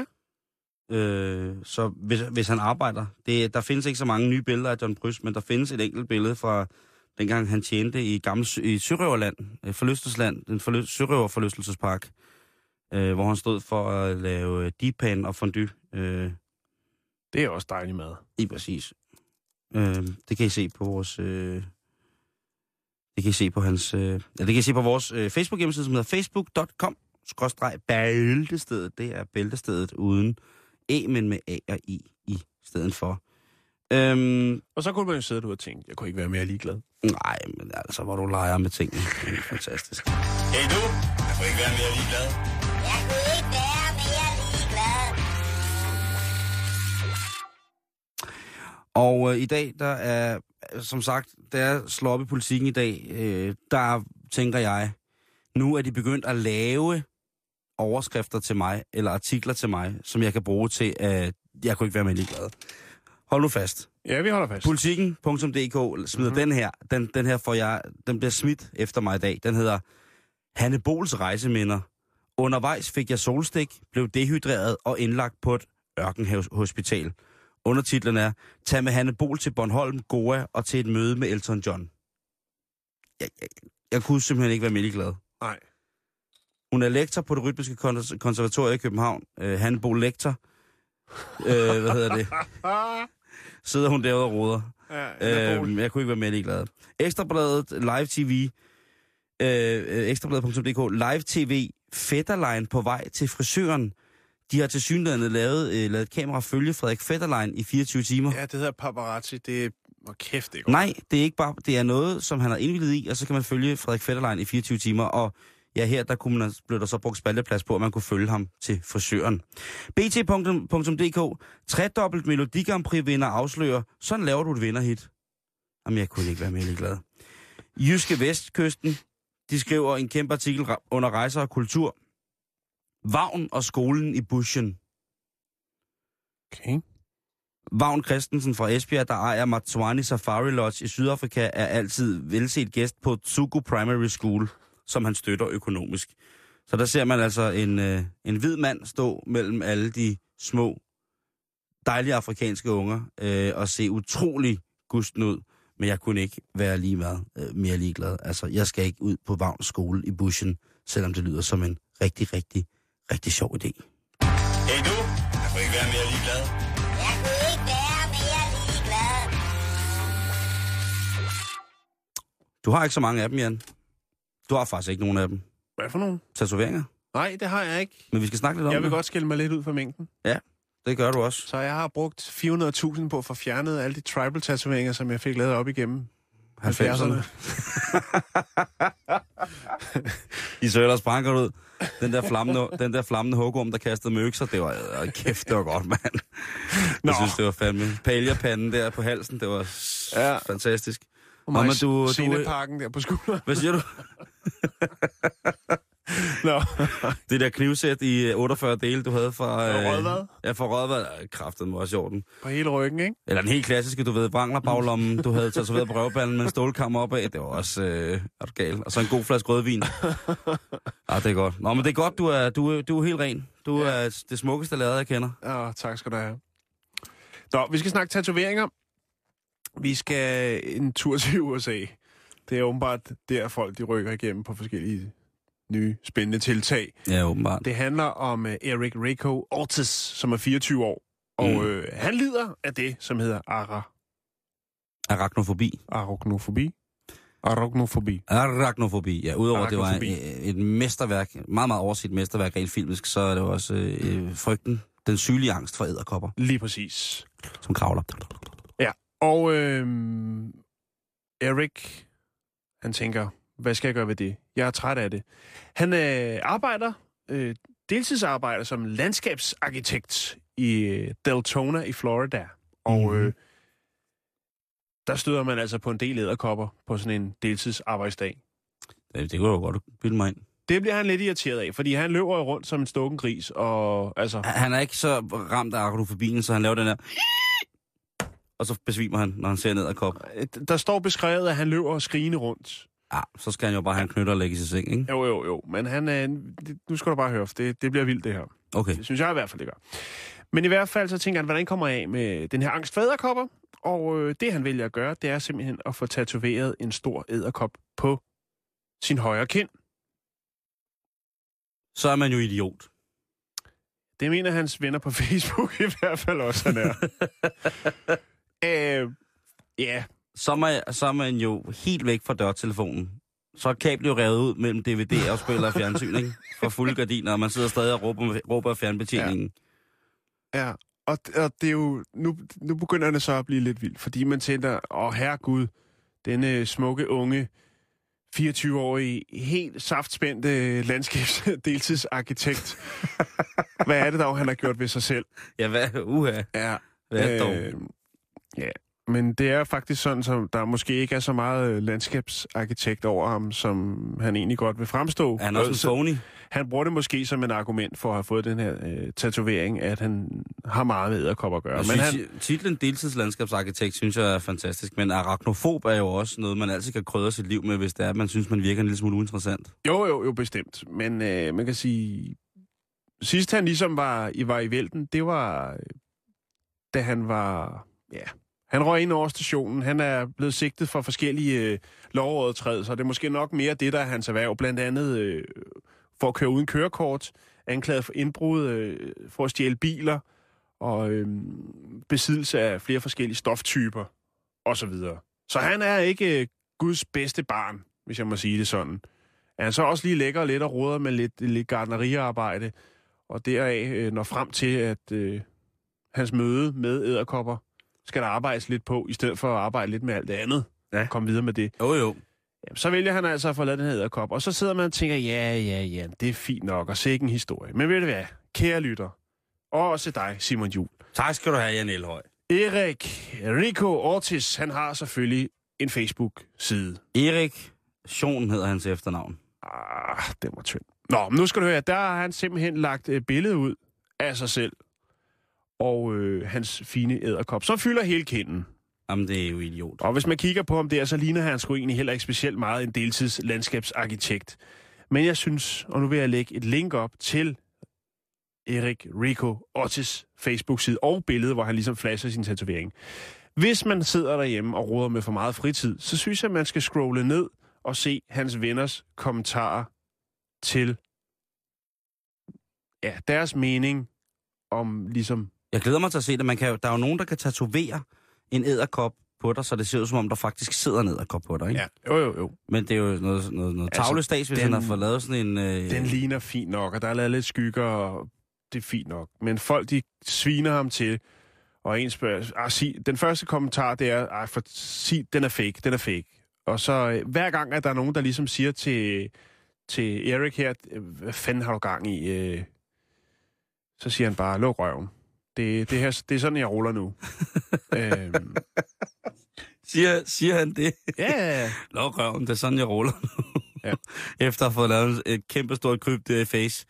Øh, så hvis, hvis han arbejder... Det, der findes ikke så mange nye billeder af John Pryds, men der findes et enkelt billede fra dengang han tjente i gamle i Sørøverland, forlystelsesland, en forløs, Sørøverforlystelsespark, øh, hvor han stod for at lave deepan og fondue. Øh, det er også dejlig mad. I præcis. Øh, det kan I se på vores... Øh, det kan I se på hans... Øh, ja, det kan I se på vores øh, Facebook-hjemmeside, som hedder facebook punktum com skråstreg bæltestedet. Det er bæltestedet uden E, men med A og I i stedet for. Øhm, og så kunne man jo sidde der og tænke, jeg kunne ikke være mere ligeglad. Nej, men altså, hvor du leger med tingene. Det er fantastisk. Hey du, jeg kunne ikke være mere ligeglad. Jeg kunne ikke være mere ligeglad. Og øh, i dag, der er, som sagt, der er slå op i politikken i dag. Øh, der tænker jeg, nu er de begyndt at lave overskrifter til mig, eller artikler til mig, som jeg kan bruge til, at jeg kunne ikke være mere ligeglad. Hold nu fast. Ja, vi holder fast. Politikken punktum d k smider mm-hmm. den her. Den, den her får jeg, den bliver smidt efter mig i dag. Den hedder Hanne Bols rejseminder. Undervejs fik jeg solstik, blev dehydreret og indlagt på et ørkenhospital. Undertitlen er, tag med Hanne Bol til Bornholm, Goa og til et møde med Elton John. Jeg, jeg, jeg kunne simpelthen ikke være mere glad. Nej. Hun er lektor på det rytmiske konservatorium i København. Uh, Hanne Bol lektor. Uh, hvad hedder det? Sidder hun derude og roder. Ja, uh, jeg kunne ikke være mere glad. Ekstrabladet, live tv, uh, ekstrabladet punktum d k, live tv, Fetterlein på vej til frisøren. De har tilsyneladende lavet, uh, lavet et kamera følge Frederik Fetterlein i fireogtyve timer. Ja, det hedder paparazzi. Det er... Hvor kæft, det er godt. Nej, det er ikke bare... Det er noget, som han har indvildet i, og så kan man følge Frederik Fetterlein i fireogtyve timer, og ja, her der kunne man, blev der så brugt spalteplads på, at man kunne følge ham til frisøren. b t punktum d k, tredobbelt Melodi Grand Prix-vinder afslører, sådan laver du et vinderhit. Jamen, jeg kunne ikke være mere glad. Jyske Vestkysten, de skriver en kæmpe artikel under Rejser og Kultur. Vagn og skolen i bushen. Okay. Vagn Christensen fra Esbjerg, der ejer Matsuani Safari Lodge i Sydafrika, er altid velset gæst på Tsugu Primary School, som han støtter økonomisk. Så der ser man altså en, øh, en hvid mand stå mellem alle de små, dejlige afrikanske unger øh, og se utrolig gusten ud. Men jeg kunne ikke være lige meget øh, mere ligeglad. Altså, jeg skal ikke ud på Vagns skole i bushen, selvom det lyder som en rigtig, rigtig, rigtig sjov idé. Hey du, jeg kunne ikke være mere ligeglad. Jeg kunne ikke være mere ligeglad. Du har ikke så mange af dem, Jan. Du har faktisk ikke nogen af dem. Hvad for nogen? Tatoveringer. Nej, det har jeg ikke. Men vi skal snakke lidt om Jeg vil det. godt skille mig lidt ud fra mængden. Ja, det gør du også. Så jeg har brugt fire hundrede tusind på at få fjernet alle de tribal-tatoveringer, som jeg fik lavet op igennem halvfjerdserne. I så ellers branker ud. Den der flammende, den der flammende hugorm, der kastede med økser, det var, øh, kæft, det var godt, mand. Nå. Jeg synes, det var fandme. Paljerpanden der på halsen, det var Ja. fantastisk. Og mig, men du, Seneparken der på skulderen. Hvad siger du? Nå. Det der knivsæt i otteogfyrre dele, du havde fra... Fra Rødvad? Ja, fra Rødvad. Kraftede mig også i orden. På hele ryggen, ikke? Eller den helt klassiske, du ved, branglerbaglommen, du havde tatoveret på røvballen med en stålkammer opad. Det var også... Øh, er du gal? Og så en god flaske rødvin. Ja, det er godt. Nå, men det er godt, du er, du er, du er helt ren. Du er ja. det smukkeste lader, jeg kender. Ja, tak skal du have. Nå, vi skal snakke tatoveringer. Vi skal en tur til U S A. Det er åbenbart der, folk de rykker igennem på forskellige nye, spændende tiltag. Ja, åbenbart. Det handler om uh, Eric Rico Ortiz, som er fireogtyve år. Og Mm. øh, han lider af det, som hedder ara... Arachnofobi. arachnofobi. Arachnofobi. Arachnofobi, ja. Udover at det var Arachnofobi. et, et mesterværk, meget, meget overset mesterværk rent filmisk, så er det også øh, frygten, den sygelige angst for edderkopper, Lige præcis. som kravler. Ja, og øh, Eric, han tænker, hvad skal jeg gøre ved det? Jeg er træt af det. Han øh, arbejder, øh, deltidsarbejder som landskabsarkitekt i øh, Deltona i Florida. Og Mhm. øh, der støder man altså på en del edderkopper på sådan en deltidsarbejdsdag. Det, det kunne du godt bilde mig ind. Det bliver han lidt irriteret af, fordi han løber jo rundt som en stukken gris, og altså... Han er ikke så ramt af arachnofobien, så han laver den her... Og så besvimer han, når han ser ned ad kop. Der står beskrevet, at han løber skrigende rundt. Ja, så skal han jo bare have en knytter og lægge i sig seng, ikke? Jo, jo, jo. Men han er... det- Nu skal du bare høre, for det, det bliver vildt, det her. Okay. Det synes jeg i hvert fald, det gør. Men i hvert fald så tænker han, hvordan kommer jeg af med den her angst for edderkopper? Og øh, det, han vælger at gøre, det er simpelthen at få tatoveret en stor edderkop på sin højre kind. Så er man jo idiot. Det mener hans venner på Facebook i hvert fald også, han er. øh, ja. Så er, man, så er man jo helt væk fra dørtelefonen. Så er kablet jo revet ud mellem D V D og spiller fjernsyn, ikke? For fulde gardiner, og man sidder stadig og råber, råber af fjernbetjeningen. Ja, ja. Og, og det er jo... Nu, nu begynder det så at blive lidt vildt, fordi man tænker, åh herregud, denne smukke unge fireogtyve-årige, helt saftspændte landskabsdeltidsarkitekt. Hvad er det dog, han har gjort ved sig selv? Ja, hvad? Uha. Ja. Hvad er det øh, ja, men det er faktisk sådan, som der måske ikke er så meget landskabsarkitekt over ham, som han egentlig godt vil fremstå. Er han også en Tony? Han bruger det måske som en argument for at have fået den her øh, tatovering, at han har meget med edderkopper at gøre. Jeg men synes, han... Titlen deltidslandskabsarkitekt synes jeg er fantastisk, men arachnofob er jo også noget, man altid kan krydre sit liv med, hvis det er, at man synes, man virker en lille smule uinteressant. Jo, jo, jo, bestemt. Men øh, man kan sige, sidst han ligesom var, i, var i vælten, det var, da han var, ja, han røg ind over stationen. Han er blevet sigtet for forskellige øh, lovovertrædelser, så det er måske nok mere det, der er hans erhverv. Blandt andet øh, for at køre uden kørekort, anklaget for indbrud, øh, for at stjæle biler og øh, besiddelse af flere forskellige stoftyper osv. Så, så han er ikke øh, Guds bedste barn, hvis jeg må sige det sådan. Han så også lige lægger lidt og roder med lidt, lidt gartneriarbejde, og deraf øh, når frem til, at øh, hans møde med edderkopper skal der arbejdes lidt på, i stedet for at arbejde lidt med alt det andet. Ja. Kom videre med det. Jo, jo. Jamen, så vælger han altså at få lavet den her edderkop, og så sidder man og tænker, ja, ja, ja, det er fint nok, og sikke en historie. Men ved du hvad, kære lytter, og også dig, Simon Juhl. Tak skal du have, Jan Elhøj. Erik Rico Ortiz, han har selvfølgelig en Facebook-side. Erik Schoen hedder hans efternavn. Ah, det var tyndt. Nå, nu skal du høre, der har han simpelthen lagt et billede ud af sig selv og øh, hans fine edderkop, som fylder hele kinden. Jamen, det er jo idiot. Og hvis man kigger på ham der, så ligner han sgu egentlig heller ikke specielt meget en deltidslandskabsarkitekt. Men jeg synes, og nu vil jeg lægge et link op til Erik Rico Ortiz Facebook-side og billede, hvor han ligesom flasher sin tatovering. Hvis man sidder derhjemme og roder med for meget fritid, så synes jeg, man skal scrolle ned og se hans venners kommentarer til ja, deres mening om ligesom... Jeg glæder mig til at se det. Man kan jo, der er jo nogen, der kan tatovere en edderkop på dig, så det ser ud som om, der faktisk sidder en edderkop på dig, ikke? Ja, jo, jo, jo. Men det er jo noget, noget, noget Altså, tavlestads, hvis den- han har fået lavet sådan en... Øh... Den ligner fint nok, og der er lavet lidt skygger, og det er fint nok. Men folk, de sviner ham til, og en spørger... Ah, sig, den første kommentar, det er, ah, for, sig, den er fake, den er fake. Og så øh, hver gang, at der er nogen, der ligesom siger til, til Erik her, hvad fanden har du gang i? Øh, så siger han bare, luk røven. Det, det, her, det er sådan, jeg ruller nu. øhm, Siger, siger han det? ja, ja, ja. Lov røven, det er sådan, jeg ruller nu. Ja. Efter at have fået lavet et kæmpe stort kryb der i face.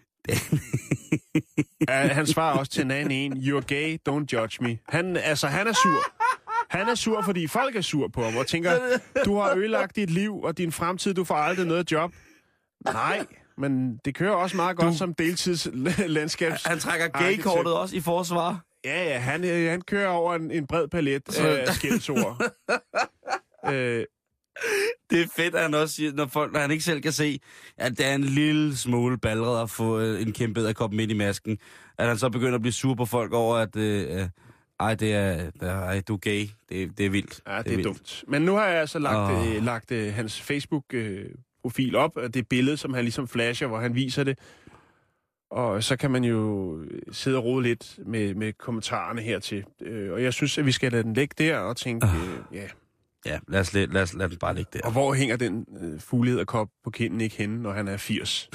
Ja, han svarer også til en anden en. You're gay, don't judge me. Han, altså, han er sur. Han er sur, fordi folk er sur på ham og tænker, du har ødelagt dit liv og din fremtid, du får aldrig noget job. Nej, men det kører også meget godt du... som deltidslandskabs. Han trækker gay-kortet også i forsvar. Ja, ja, han, øh, han kører over en, en bred palet af skældsord. øh, Det er fedt, at han også siger, når, folk, når han ikke selv kan se, at det er en lille smule ballret at få øh, en kæmpe edderkop midt i masken. At han så begynder at blive sur på folk over, at øh, ej, det er, det er, ej, du er gay. Det, det er vildt. Ja, det er, det er vildt. dumt. Men nu har jeg altså lagt, Oh. øh, lagt øh, hans Facebook-profil op, og det billede, som han ligesom flasher, hvor han viser det. Og så kan man jo sidde og rode lidt med, med kommentarerne hertil. Øh, og jeg synes, at vi skal lade den ligge der og tænke, Oh. øh, ja... Ja, lad os, lad, os, lad den bare ligge der. Og hvor hænger den øh, fuglederkop på kinden ikke henne, når han er firs?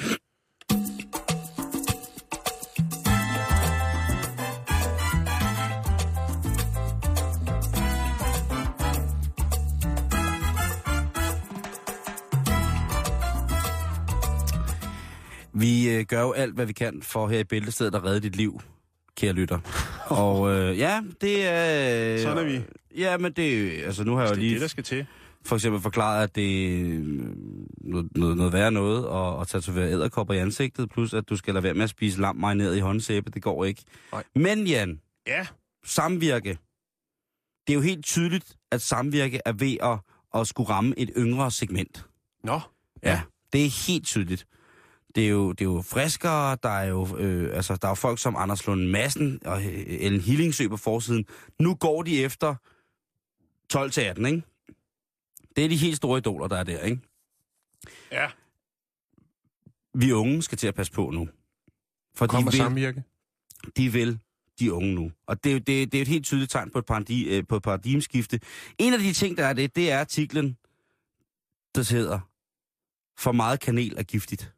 Vi øh, gør jo alt, hvad vi kan for her i Bæltestedet at redde dit liv, kære lytter. Og øh, ja, det er... Sådan er vi. Ja, men det altså nu har jeg jo Det er lige det, der skal til. for eksempel forklaret, at det er noget, noget, noget værre noget at, at tatovere edderkopper i ansigtet, plus at du skal lade være med at spise lam marineret i håndsæbe, det går ikke. Nej. Men Jan, Ja, samvirke. det er jo helt tydeligt, at Samvirke er ved at, at skulle ramme et yngre segment. Nå. Ja, det er helt tydeligt. Det er jo, det er jo friskere, der er jo, øh, altså, der er jo folk som Anders Lund Madsen og Ellen Hillingsø på forsiden. Nu går de efter tolv til atten, ikke? Det er de helt store idoler, der er der, ikke? Ja. Vi unge skal til at passe på nu. For Kommer de vil, Samvirke? De vil, de unge nu. Og det er jo det, det er et helt tydeligt tegn på et, paradi, øh, på et paradigmeskifte. En af de ting, der er det, det er artiklen, der hedder, for meget kanel er giftigt.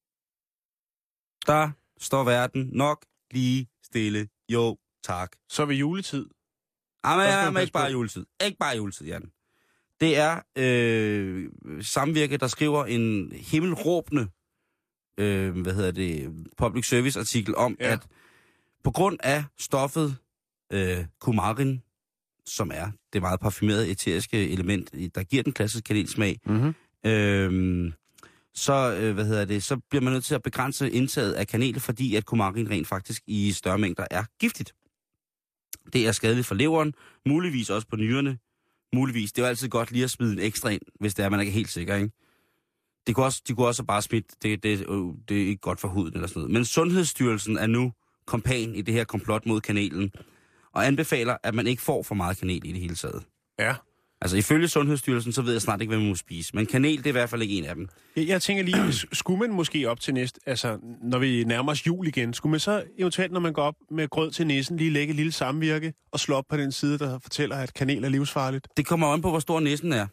Der står verden nok lige stille. Jo, tak. Så er vi juletid. Jamen, Der skal ja, man men passe ikke bare på. juletid. Ikke bare juletid, Jan. Det er øh, Samvirke, der skriver en himmelråbende øh, hvad hedder det, public service artikel om, Ja. at på grund af stoffet øh, kumarin, som er det meget parfumerede eteriske element, der giver den klassiske kanelsmag, Mm-hmm. øh, så, øh, hvad hedder det, så bliver man nødt til at begrænse indtaget af kanel, fordi at kumarin rent faktisk i større mængder er giftigt. Det er skadeligt for leveren, muligvis også på nyrerne, muligvis. Det er jo altid godt lige at smide en ekstra ind, hvis det er, man ikke er helt sikker, ikke? Det kunne også, de kunne også bare smide, det, det, øh, det er ikke godt for huden eller sådan noget. Men Sundhedsstyrelsen er nu kompan i det her komplot mod kanelen, og anbefaler, at man ikke får for meget kanel i det hele taget. Ja. Altså ifølge Sundhedsstyrelsen, så ved jeg snart ikke, hvad man må spise. Men kanel, det er i hvert fald ikke en af dem. Jeg, jeg tænker lige, s- skulle man måske op til næste, altså når vi nærmer os jul igen, skulle man så eventuelt, når man går op med grød til nissen, lige lægge et lille Samvirke og slå op på den side, der fortæller, at kanel er livsfarligt? Det kommer an på, hvor stor nissen er.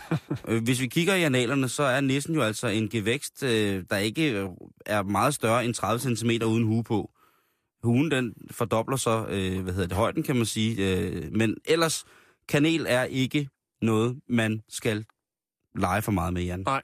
Øh, Hvis vi kigger i analerne, så er nissen jo altså en gevækst, øh, der ikke øh, er meget større end tredive centimeter uden hue på. Huen, den fordobler så, øh, hvad hedder det, højden, kan man sige. Øh, men ellers, kanel er ikke noget, man skal lege for meget med, Jan. Nej.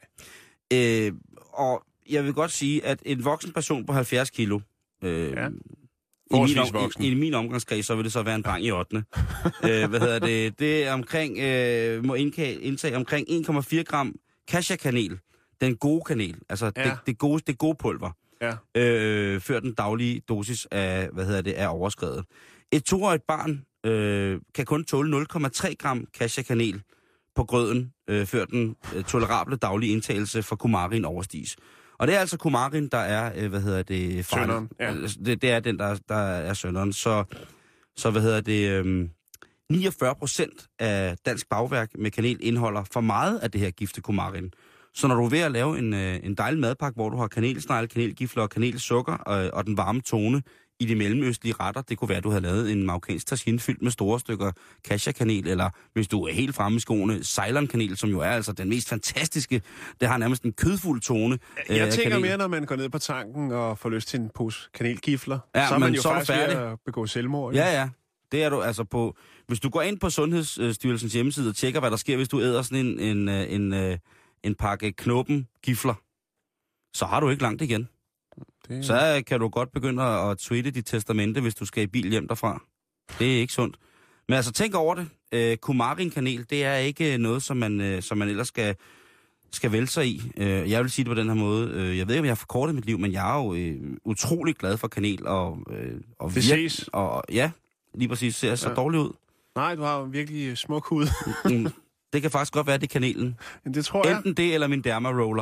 Øh, og jeg vil godt sige, at en voksen person på halvfjerds kilo, øh, Ja. i, min Forholdsvis om, voksen. i, i min omgangskreds, så vil det så være en dreng i ottende øh, hvad hedder det? Det er omkring, øh, må indtage, indtage omkring en komma fire gram cassia-kanel. Den gode kanel, altså Ja. det, det, gode, det gode pulver, Ja. øh, før den daglige dosis af, hvad hedder det, er overskredet. Et toårigt barn øh, kan kun tåle nul komma tre gram cassia-kanel på grøden, øh, før den øh, tolerable daglige indtagelse for kumarin overstiges. Og det er altså kumarin, der er, øh, hvad hedder det, farligt. Synderen, ja. Altså, Det, det er den, der, der er synderen. Så, så hvad hedder det, øh, niogfyrre procent af dansk bagværk med kanel indeholder for meget af det her gifte kumarin. Så når du er ved at lave en, øh, en dejlig madpakke, hvor du har kanelsnegle, kanelgifler og kanelsukker og, og den varme tone i de mellemøstlige retter, det kunne være, at du havde lavet en marokkansk tagine fyldt med store stykker cassia-kanel, eller hvis du er helt fremme i skoene, Ceylon-kanel, som jo er altså den mest fantastiske. Det har nærmest en kødfuld tone. øh, Jeg af tænker kanel. mere, når man går ned på tanken og får lyst til en pose kanelgifler, Ja, så er man men jo så er du faktisk ved færdig. at begå selvmord. jo. Ja, ja. Det er du altså på. Hvis du går ind på Sundhedsstyrelsens hjemmeside og tjekker, hvad der sker, hvis du æder sådan en, en, øh, en, en, en pakke knoppen gifler, så har du ikke langt igen. Det... Så kan du godt begynde at tweete dit testamente, hvis du skal i bil hjem derfra. Det er ikke sundt. Men altså, tænk over det. Øh, kumarin-kanel, det er ikke noget, som man, øh, som man ellers skal, skal vælge sig i. Øh, jeg vil sige det på den her måde. Øh, jeg ved ikke, om jeg har forkortet mit liv, men jeg er jo øh, utrolig glad for kanel. Og, øh, og Det virke- ses. Og, ja, lige præcis. Ser så Ja. dårligt ud. Nej, du har jo en virkelig smuk hud. Mm, det kan faktisk godt være, det er kanelen. Men det tror jeg. Enten det, eller min derma-roller.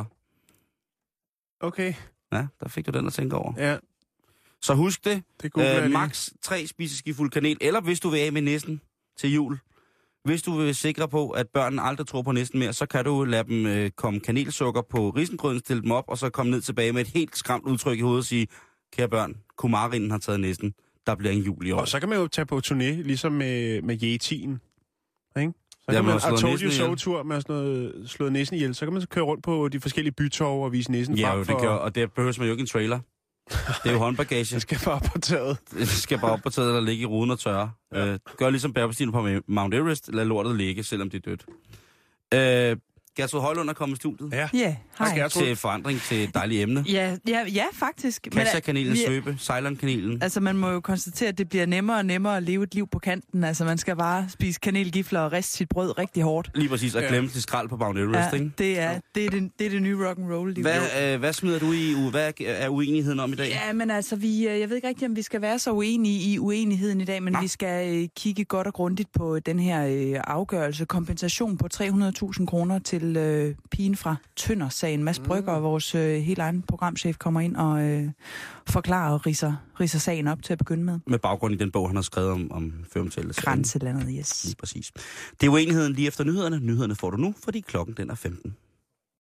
Okay. Ja, der fik du den at tænke over. Ja, Så husk det. det googler jeg Øh, lige. max tre spiseskefulde kanel, eller hvis du vil af med næsten til jul. Hvis du vil sikre på, at børnene aldrig tror på næsten mere, så kan du lade dem øh, komme kanelsukker på risengrøden, stille dem op, og så komme ned tilbage med et helt skræmt udtryk i hovedet og sige, kære børn, kumarinen har taget næsten. Der bliver en jul i år. Og så kan man jo tage på turné, ligesom med, med Yeti'en. Ikke? Så Ja, kan man man, har og slået Told næsen You ihjel. So-tur med sådan noget slået næsen ihjel. Så kan man så køre rundt på de forskellige bytorv og vise næsen Ja, frem jo, det for... gør, og det behøver man jo ikke en trailer. Det er jo håndbagage. Det skal bare på taget. Det skal bare op på taget, der ligge i ruden og tørre. Ja. Øh, gør ligesom bærbestigende på Mount Everest, lad lortet ligge, selvom det er dødt. Øh, Gertrud Højlund er kommet i studiet. Ja, Ja, hej hej. Gertrud. Til forandring til et dejligt emne. Ja, ja, ja, faktisk. Men, Kasha-kanelen, vi- svøbe, Ceylon-kanelen. Altså, man må jo konstatere, at det bliver nemmere og nemmere at leve et liv på kanten. Altså, man skal bare spise kanelgifler og riste sit brød rigtig hårdt. Lige præcis, og Ja. glemme til skrald på Mount Everest, Ja, ikke? det er det, er det, det, er det nye rock'n'roll-liv. Hvad, øh, hvad smider du i u? Hvad er uenigheden om i dag? Ja, men altså, vi, øh, jeg ved ikke rigtig, om vi skal være så uenige i uenigheden i dag, men Nå. vi skal øh, kigge godt og grundigt på den her øh, afgørelse. Kompensation på tre hundrede tusind kroner til øh, pigen fra Tønder-sagen. Mads Brygger, vores øh, helt egen programchef, kommer ind og øh, forklarer og ridser, ridser sagen op til at begynde med. Med baggrund i den bog, han har skrevet om, om føromtællet. Grænselandet, yes. Lige præcis. Det er uenigheden lige efter nyhederne. Nyhederne får du nu, fordi klokken den er femten.